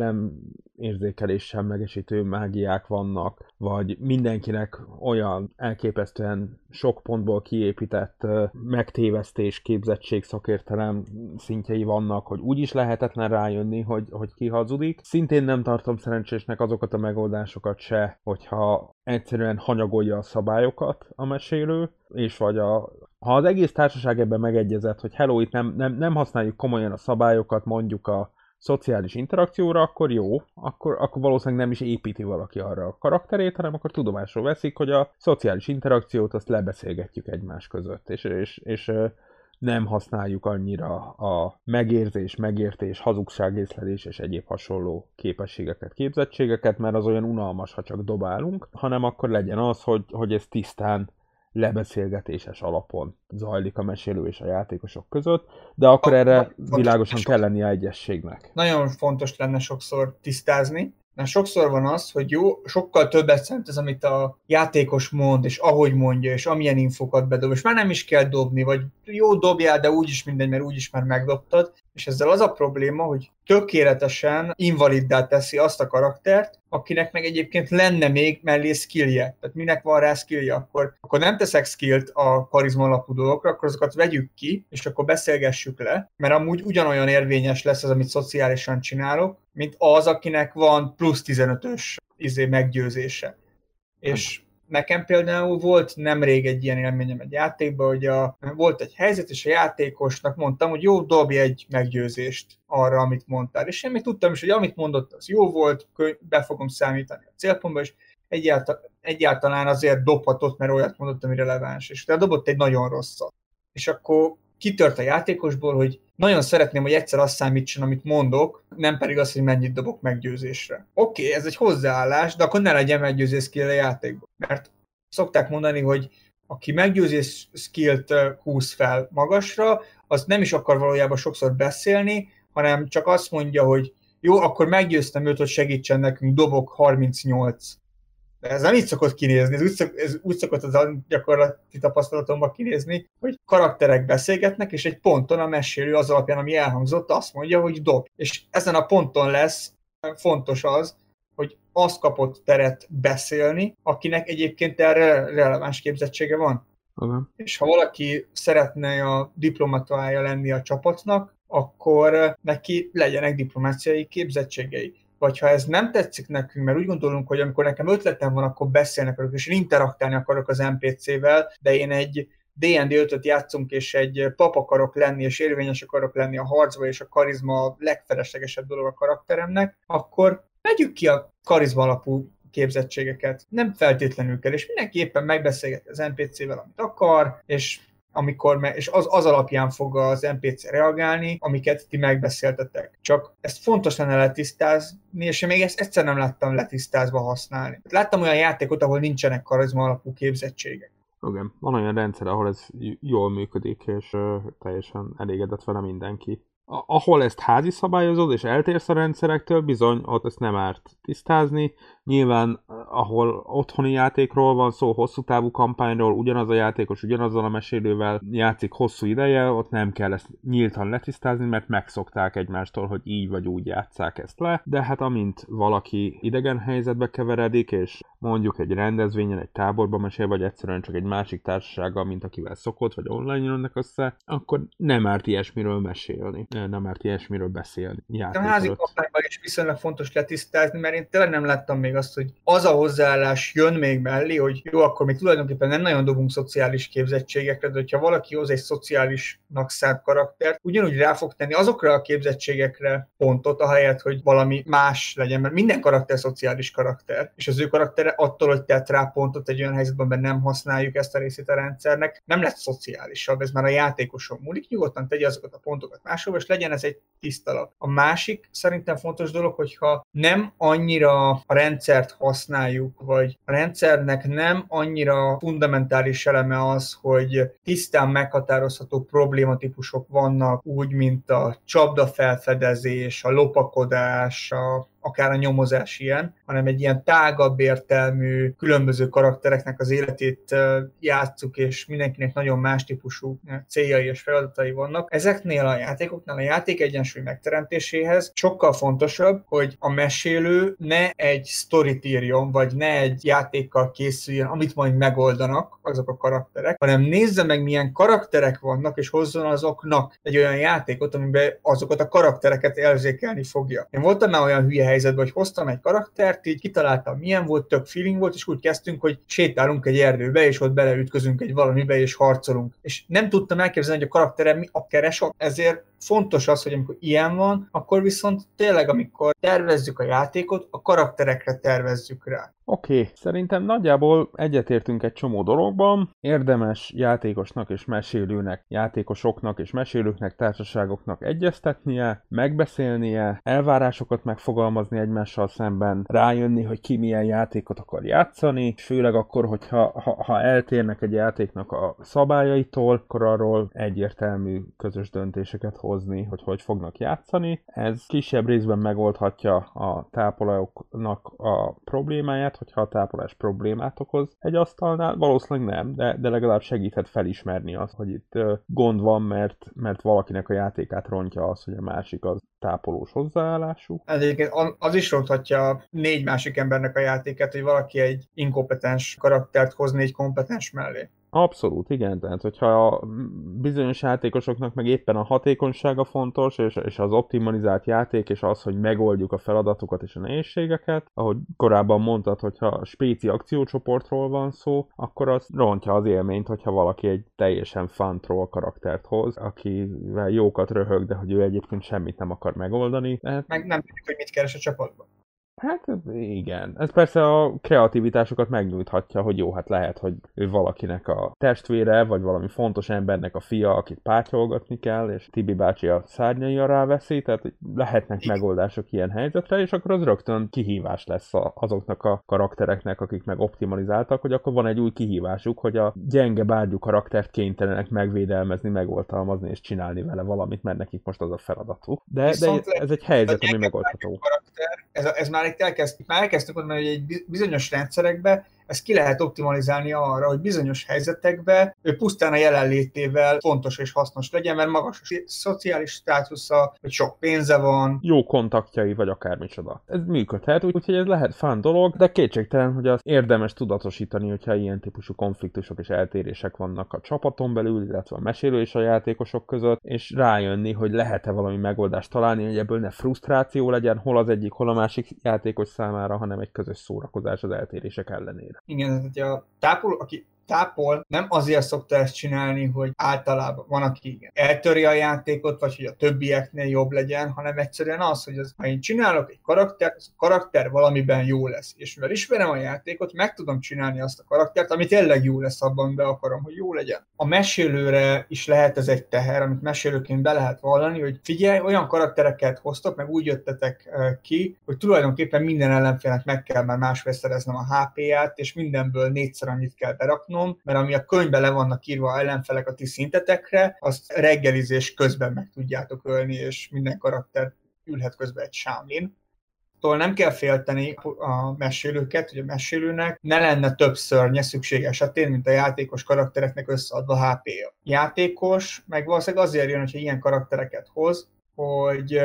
jellemérzékeléssel megesítő mágiák vannak, vagy mindenkinek olyan elképesztően sok pontból kiépített megtévesztés, képzettség, szakértelem szintjei vannak, hogy úgy is lehetetlen rájönni, hogy, hogy ki hazudik. Szintén nem tartom szerencsésnek azokat a megoldásokat se, hogyha egyszerűen hanyagolja a szabályokat a mesélő, és vagy a ha az egész társaság ebben megegyezett, hogy hello, itt nem, nem, nem használjuk komolyan a szabályokat mondjuk a szociális interakcióra, akkor jó, akkor, akkor valószínűleg nem is építi valaki arra a karakterét, hanem akkor tudomásul veszik, hogy a szociális interakciót azt lebeszélgetjük egymás között, és, és, és nem használjuk annyira a megérzés, megértés, hazugságészlelés és egyéb hasonló képességeket, képzettségeket, mert az olyan unalmas, ha csak dobálunk, hanem akkor legyen az, hogy, hogy ez tisztán lebeszélgetéses alapon zajlik a mesélő és a játékosok között, de akkor erre világosan kell lennie egyességnek. Nagyon fontos lenne sokszor tisztázni, mert sokszor van az, hogy jó, sokkal többet számít az, amit a játékos mond, és ahogy mondja, és amilyen infokat bedob, és már nem is kell dobni, vagy jó, dobjál, de úgyis mindegy, mert úgyis már megdobtad, és ezzel az a probléma, hogy tökéletesen invaliddá teszi azt a karaktert, akinek meg egyébként lenne még mellé skillje. Tehát minek van rá skillje, akkor, akkor nem teszek skillt a karizma alapú dolgokra, akkor azokat vegyük ki, és akkor beszélgessük le, mert amúgy ugyanolyan érvényes lesz az, amit szociálisan csinálok, mint az, akinek van plusz tizenötös izé meggyőzése. És nekem például volt nemrég egy ilyen élményem egy játékban, hogy a, volt egy helyzet, és a játékosnak mondtam, hogy jó, dobj egy meggyőzést arra, amit mondtál. És én még tudtam is, hogy amit mondott, az jó volt, be fogom számítani a célpontba, és egyáltalán, egyáltalán azért dobhatott, mert olyat mondott, ami releváns. És utána dobott egy nagyon rosszat. És akkor kitört a játékosból, hogy nagyon szeretném, hogy egyszer azt számítson, amit mondok, nem pedig az, hogy mennyit dobok meggyőzésre. Oké, okay, ez egy hozzáállás, de akkor ne legyen meggyőzés skill a játékban. Mert szokták mondani, hogy aki meggyőzés skillt húz fel magasra, az nem is akar valójában sokszor beszélni, hanem csak azt mondja, hogy jó, akkor meggyőztem őt, hogy segítsen nekünk, dobok harmincnyolc. De ez nem így szokott kinézni, ez úgy, szok, ez úgy szokott az a gyakorlati tapasztalatomban kinézni, hogy karakterek beszélgetnek, és egy ponton a mesélő az alapján, ami elhangzott, azt mondja, hogy dob. És ezen a ponton lesz fontos az, hogy azt kapott teret beszélni, akinek egyébként erre releváns képzettsége van. Okay. És ha valaki szeretne a diplomatája lenni a csapatnak, akkor neki legyenek diplomáciai képzettségei. Vagy ha ez nem tetszik nekünk, mert úgy gondolunk, hogy amikor nekem ötletem van, akkor beszélni akarok, és interaktálni akarok az en pé cével, de én egy dé end dé ötöt játszunk, és egy pap akarok lenni, és érvényes akarok lenni a harcba, és a karizma a legfeleslegesebb dolog a karakteremnek, akkor vegyük ki a karizma alapú képzettségeket. Nem feltétlenül kell, és mindenképpen megbeszélgeti az en pé cével, amit akar, és amikor me- és az, az alapján fog az en pé cé reagálni, amiket ti megbeszéltetek. Csak ezt fontos lenne letisztázni, és én még ezt egyszer nem láttam letisztázva használni. Láttam olyan játékot, ahol nincsenek karizma alapú képzettségek. Igen, van olyan rendszer, ahol ez jól működik, és uh, teljesen elégedett vele mindenki. Ahol ezt házi szabályozod, és eltérsz a rendszerektől, bizony, ott ezt nem árt tisztázni. Nyilván, ahol otthoni játékról van szó, hosszú távú kampányról, ugyanaz a játékos, ugyanazzal a mesélővel játszik hosszú ideje, ott nem kell ezt nyíltan letisztázni, mert megszokták egymástól, hogy így vagy úgy játsszák ezt le. De hát amint valaki idegen helyzetbe keveredik, és mondjuk egy rendezvényen, egy táborban mesél, vagy egyszerűen csak egy másik társasággal, mint akivel szokott, vagy online jönnek össze, akkor nem árt ilyesmiről mesélni. nem mert ilyesmiről beszélni. A házi kampányban is viszonylag fontos letisztázni, mert én tényleg nem láttam még azt, hogy az a hozzáállás jön még mellé, hogy jó, akkor mi tulajdonképpen nem nagyon dobunk szociális képzettségekre, de hogyha valaki hoz egy szociálisnak szánt karaktert, ugyanúgy rá fog tenni azokra a képzettségekre pontot, ahelyett, hogy valami más legyen, mert minden karakter szociális karakter, és az ő karaktere attól, hogy tett rá pontot egy olyan helyzetben, amiben nem használjuk ezt a részét a rendszernek, nem lesz szociálisabb, ez már a játékoson múlik, nyugodtan tegye azokat a pontokat máshol, és legyen ez egy tiszta lap. A másik szerintem fontos dolog, hogyha nem annyira a rendszert használjuk, vagy a rendszernek nem annyira fundamentális eleme az, hogy tisztán meghatározható problématípusok vannak úgy, mint a csapdafelfedezés, a lopakodás, a akár a nyomozás ilyen, hanem egy ilyen tágabb értelmű, különböző karaktereknek az életét játsszuk, és mindenkinek nagyon más típusú céljai és feladatai vannak. Ezeknél a játékoknál a játék egyensúly megteremtéséhez sokkal fontosabb, hogy a mesélő ne egy sztorit írjon, vagy ne egy játékkal készüljön, amit majd megoldanak azok a karakterek, hanem nézze meg, milyen karakterek vannak, és hozzon azoknak egy olyan játékot, amiben azokat a karaktereket érzékelni fogja. Én voltam már olyan hülye helyzetben, hogy hoztam egy karaktert, így kitaláltam, milyen volt, tök feeling volt, és úgy kezdtünk, hogy sétálunk egy erdőbe, és ott beleütközünk egy valamibe, és harcolunk. És nem tudtam elképzelni, hogy a karakterem mi a keresok, ezért fontos az, hogy amikor ilyen van, akkor viszont tényleg, amikor tervezzük a játékot, a karakterekre tervezzük rá. Oké, okay. Szerintem nagyjából egyetértünk egy csomó dologban. Érdemes játékosnak és mesélőnek, játékosoknak és mesélőknek, társaságoknak egyeztetnie, megbeszélnie, elvárásokat megfogalmazni egymással szemben, rájönni, hogy ki milyen játékot akar játszani, főleg akkor, hogyha ha, ha eltérnek egy játéknak a szabályaitól, akkor arról egyértelmű közös döntéseket hozni, hogy hogy fognak játszani. Ez kisebb részben megoldhatja a tápolóknak a problémáját, hogyha a tápolás problémát okoz egy asztalnál, valószínűleg nem, de, de legalább segíthet felismerni azt, hogy itt uh, gond van, mert, mert valakinek a játékát rontja az, hogy a másik az tápolós hozzáállású. Egyébként az is ronthatja négy másik embernek a játékát, hogy valaki egy inkompetens karaktert hoz négy kompetens mellé. Abszolút, igen, tehát hogyha a bizonyos játékosoknak meg éppen a hatékonysága fontos, és, és az optimalizált játék, és az, hogy megoldjuk a feladatokat és a nehézségeket, ahogy korábban mondtad, hogyha spéci akciócsoportról van szó, akkor az rontja az élményt, hogyha valaki egy teljesen fun troll karaktert hoz, akivel jókat röhög, de hogy ő egyébként semmit nem akar megoldani. Tehát... Meg nem tudjuk, hogy mit keres a csapatban. Hát igen. Ez persze a kreativitásokat megnyújthatja, hogy jó, hát lehet, hogy ő valakinek a testvére, vagy valami fontos embernek a fia, akit pátyolgatni kell, és Tibi bácsi a szárnyai alá veszi, tehát lehetnek megoldások ilyen helyzetre, és akkor az rögtön kihívás lesz azoknak a karaktereknek, akik meg optimalizáltak, hogy akkor van egy új kihívásuk, hogy a gyenge bárgyú karaktert kénytelenek megvédelmezni, megoltalmazni és csinálni vele valamit, mert nekik most az a feladatuk. De, de ez egy helyzet, ami megoldható. Karakter, ez, a, ez már itt elkezd, már elkezdtük mondani, hogy egy bizonyos rendszerekben ezt ki lehet optimalizálni arra, hogy bizonyos helyzetekben ő pusztán a jelenlétével fontos és hasznos legyen, mert magas a szociális státusza, hogy sok pénze van. Jó kontaktjai, vagy akármicsoda. Ez működhet, úgyhogy ez lehet fán dolog, de kétségtelen, hogy az érdemes tudatosítani, hogyha ilyen típusú konfliktusok és eltérések vannak a csapaton belül, illetve a mesélő és a játékosok között, és rájönni, hogy lehet-e valami megoldást találni, hogy ebből ne frusztráció legyen, hol az egyik, hol a másik játékos számára, hanem egy közös szórakozás az eltérések ellenére. Igen, hogy a tápoló, aki tápol, nem azért szokta ezt csinálni, hogy általában van, aki igen, eltöri a játékot, vagy hogy a többieknél jobb legyen, hanem egyszerűen az, hogy az, ha én csinálok egy karaktert, az a karakter valamiben jó lesz. És mivel ismerem a játékot, meg tudom csinálni azt a karaktert, ami tényleg jó lesz, abban be akarom, hogy jó legyen. A mesélőre is lehet ez egy teher, amit mesélőként be lehet vallani, hogy figyelj, olyan karaktereket hoztok, meg úgy jöttetek ki, hogy tulajdonképpen minden ellenfélnek meg kell már másfél szereznem a há pé-ját, és mindenből négyszer annyit kell beraknom, mert ami a könyvben le vannak írva ellenfelek a ti szintetekre, azt reggelizés közben meg tudjátok ölni, és minden karakter ülhet közben egy sámlin. Tól nem kell félteni a mesélőket, hogy a mesélőnek ne lenne több szörnye szükség esetén, mint a játékos karaktereknek összeadva há pé-ja. Játékos meg valószínűleg azért jön, hogyha ilyen karaktereket hoz, hogy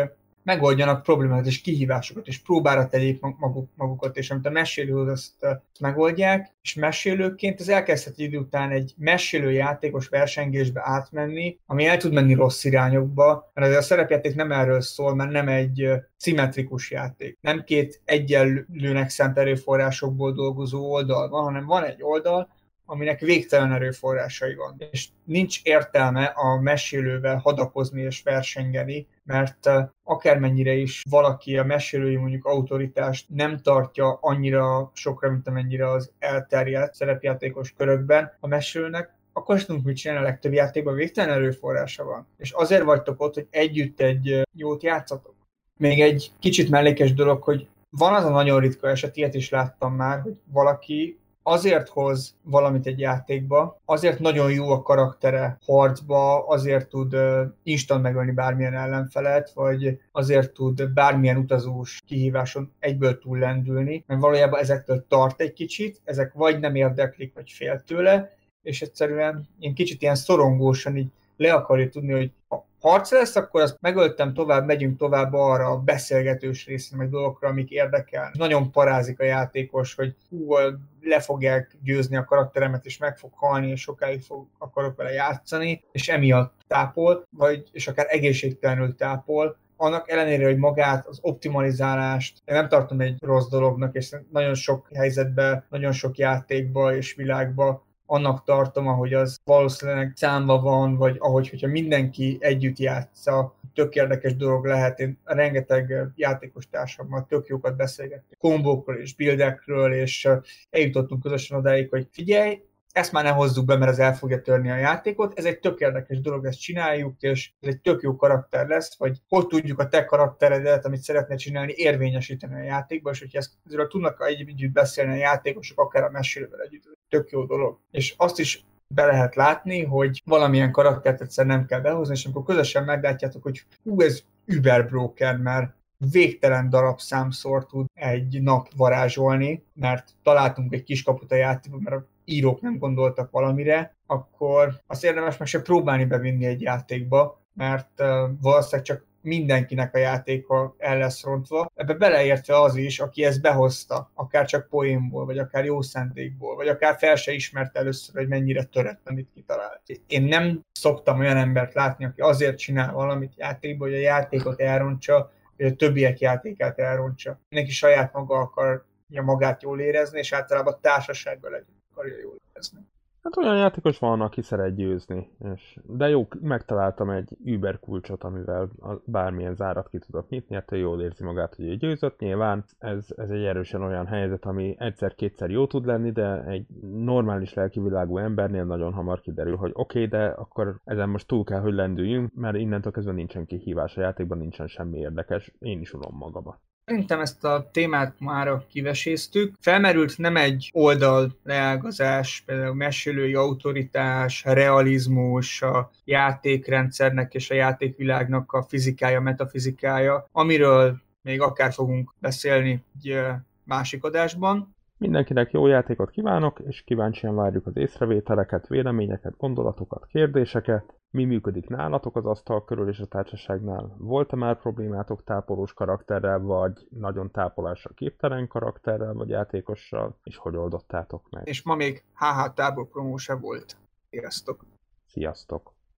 megoldjanak problémákat és kihívásokat, és próbára tegyék maguk, magukat, és amit a mesélő azt megoldják, és mesélőként ez elkezdhet idő után egy mesélő játékos versengésbe átmenni, ami el tud menni rossz irányokba, mert azért a szerepjáték nem erről szól, mert nem egy szimmetrikus játék. Nem két egyenlőnek szánt erőforrásokból dolgozó oldal van, hanem van egy oldal, aminek végtelen erőforrásai van. És nincs értelme a mesélővel hadakozni és versengeni, mert akármennyire is valaki a mesélői mondjuk autoritást nem tartja annyira sokra, mint amennyire az elterjedt szerepjátékos körökben a mesélőnek, akkor is tudunk mit csinálni, a legtöbb játékban végtelen erőforrása van. És azért vagytok ott, hogy együtt egy jót játszatok. Még egy kicsit mellékes dolog, hogy van az a nagyon ritka eset, ilyet is láttam már, hogy valaki azért hoz valamit egy játékba, azért nagyon jó a karaktere harcba, azért tud instant megölni bármilyen ellenfelet, vagy azért tud bármilyen utazós kihíváson egyből túllendülni, mert valójában ezektől tart egy kicsit, ezek vagy nem érdeklik, vagy fél tőle, és egyszerűen én kicsit ilyen szorongósan így le akarja tudni, hogy ha harc lesz, akkor azt megöltem tovább, megyünk tovább arra a beszélgetős részre, meg dolgokra, amik érdekel. Nagyon parázik a játékos, hogy hú, le fogják győzni a karakteremet, és meg fog halni, és sokáig fog, akarok vele játszani, és emiatt tápol, vagy, és akár egészségtelenül tápol. Annak ellenére, hogy magát, az optimalizálást én nem tartom egy rossz dolognak, és nagyon sok helyzetben, nagyon sok játékban és világban annak tartom, ahogy az valószínűleg számba van, vagy ahogy, hogyha mindenki együtt játsza, tök érdekes dolog lehet. Én rengeteg játékos társammal tök jókat beszélgettünk kombókról és buildekről, és eljutottunk közösen odáig, hogy figyelj, ezt már ne hozzuk be, mert ez el fogja törni a játékot. Ez egy tök érdekes dolog, ezt csináljuk, és ez egy tök jó karakter lesz, vagy hogy tudjuk a te karakteredet, amit szeretnél csinálni, érvényesíteni a játékban, és hogyha ezt ezzel tudnak együtt beszélni a játékosok, akár a mesélővel együtt, tök jó dolog. És azt is be lehet látni, hogy valamilyen karaktert egyszer nem kell behozni, és amikor közösen meglátjátok, hogy hú, ez überbroken, mert végtelen darabszámszor tud egy nap varázsolni, mert találtunk egy kiskaput a játékban, mert a írók nem gondoltak valamire, akkor azt érdemes meg se próbálni bevinni egy játékba, mert uh, valószínűleg csak mindenkinek a játéka el lesz rontva. Ebbe beleértve az is, aki ezt behozta, akár csak poénból, vagy akár jó szándékból, vagy akár fel se ismert először, hogy mennyire törett, amit kitalált. Én nem szoktam olyan embert látni, aki azért csinál valamit játékban, hogy a játékot elrontsa, hogy a többiek játékát elrontsa. Neki saját maga akarja magát jól érezni, és általában társasággal együtt akarja jól érezni. Hát olyan játékos van, aki szeret győzni, és... de jó, megtaláltam egy Uber kulcsot, amivel bármilyen zárat ki tudok nyitni, hát ő jól érzi magát, hogy ő győzött. Nyilván ez, ez egy erősen olyan helyzet, ami egyszer-kétszer jó tud lenni, de egy normális lelkivilágú embernél nagyon hamar kiderül, hogy oké, okay, de akkor ezen most túl kell, hogy lendüljünk, mert innentől kezdve nincsen kihívás a játékban, nincsen semmi érdekes, én is unom magaba. Szerintem ezt a témát már kiveséztük. Felmerült nem egy oldal leágazás, például mesélői autoritás, realizmus, a játékrendszernek és a játékvilágnak a fizikája, metafizikája, amiről még akár fogunk beszélni egy másik adásban. Mindenkinek jó játékot kívánok, és kíváncsian várjuk az észrevételeket, véleményeket, gondolatokat, kérdéseket. Mi működik nálatok az asztal körül és a társaságnál? Volt-e már problémátok tápolós karakterrel, vagy nagyon tápolásra képtelen karakterrel, vagy játékossal, és hogy oldottátok meg? És ma még há há tábor promó se volt. Sziasztok! Sziasztok!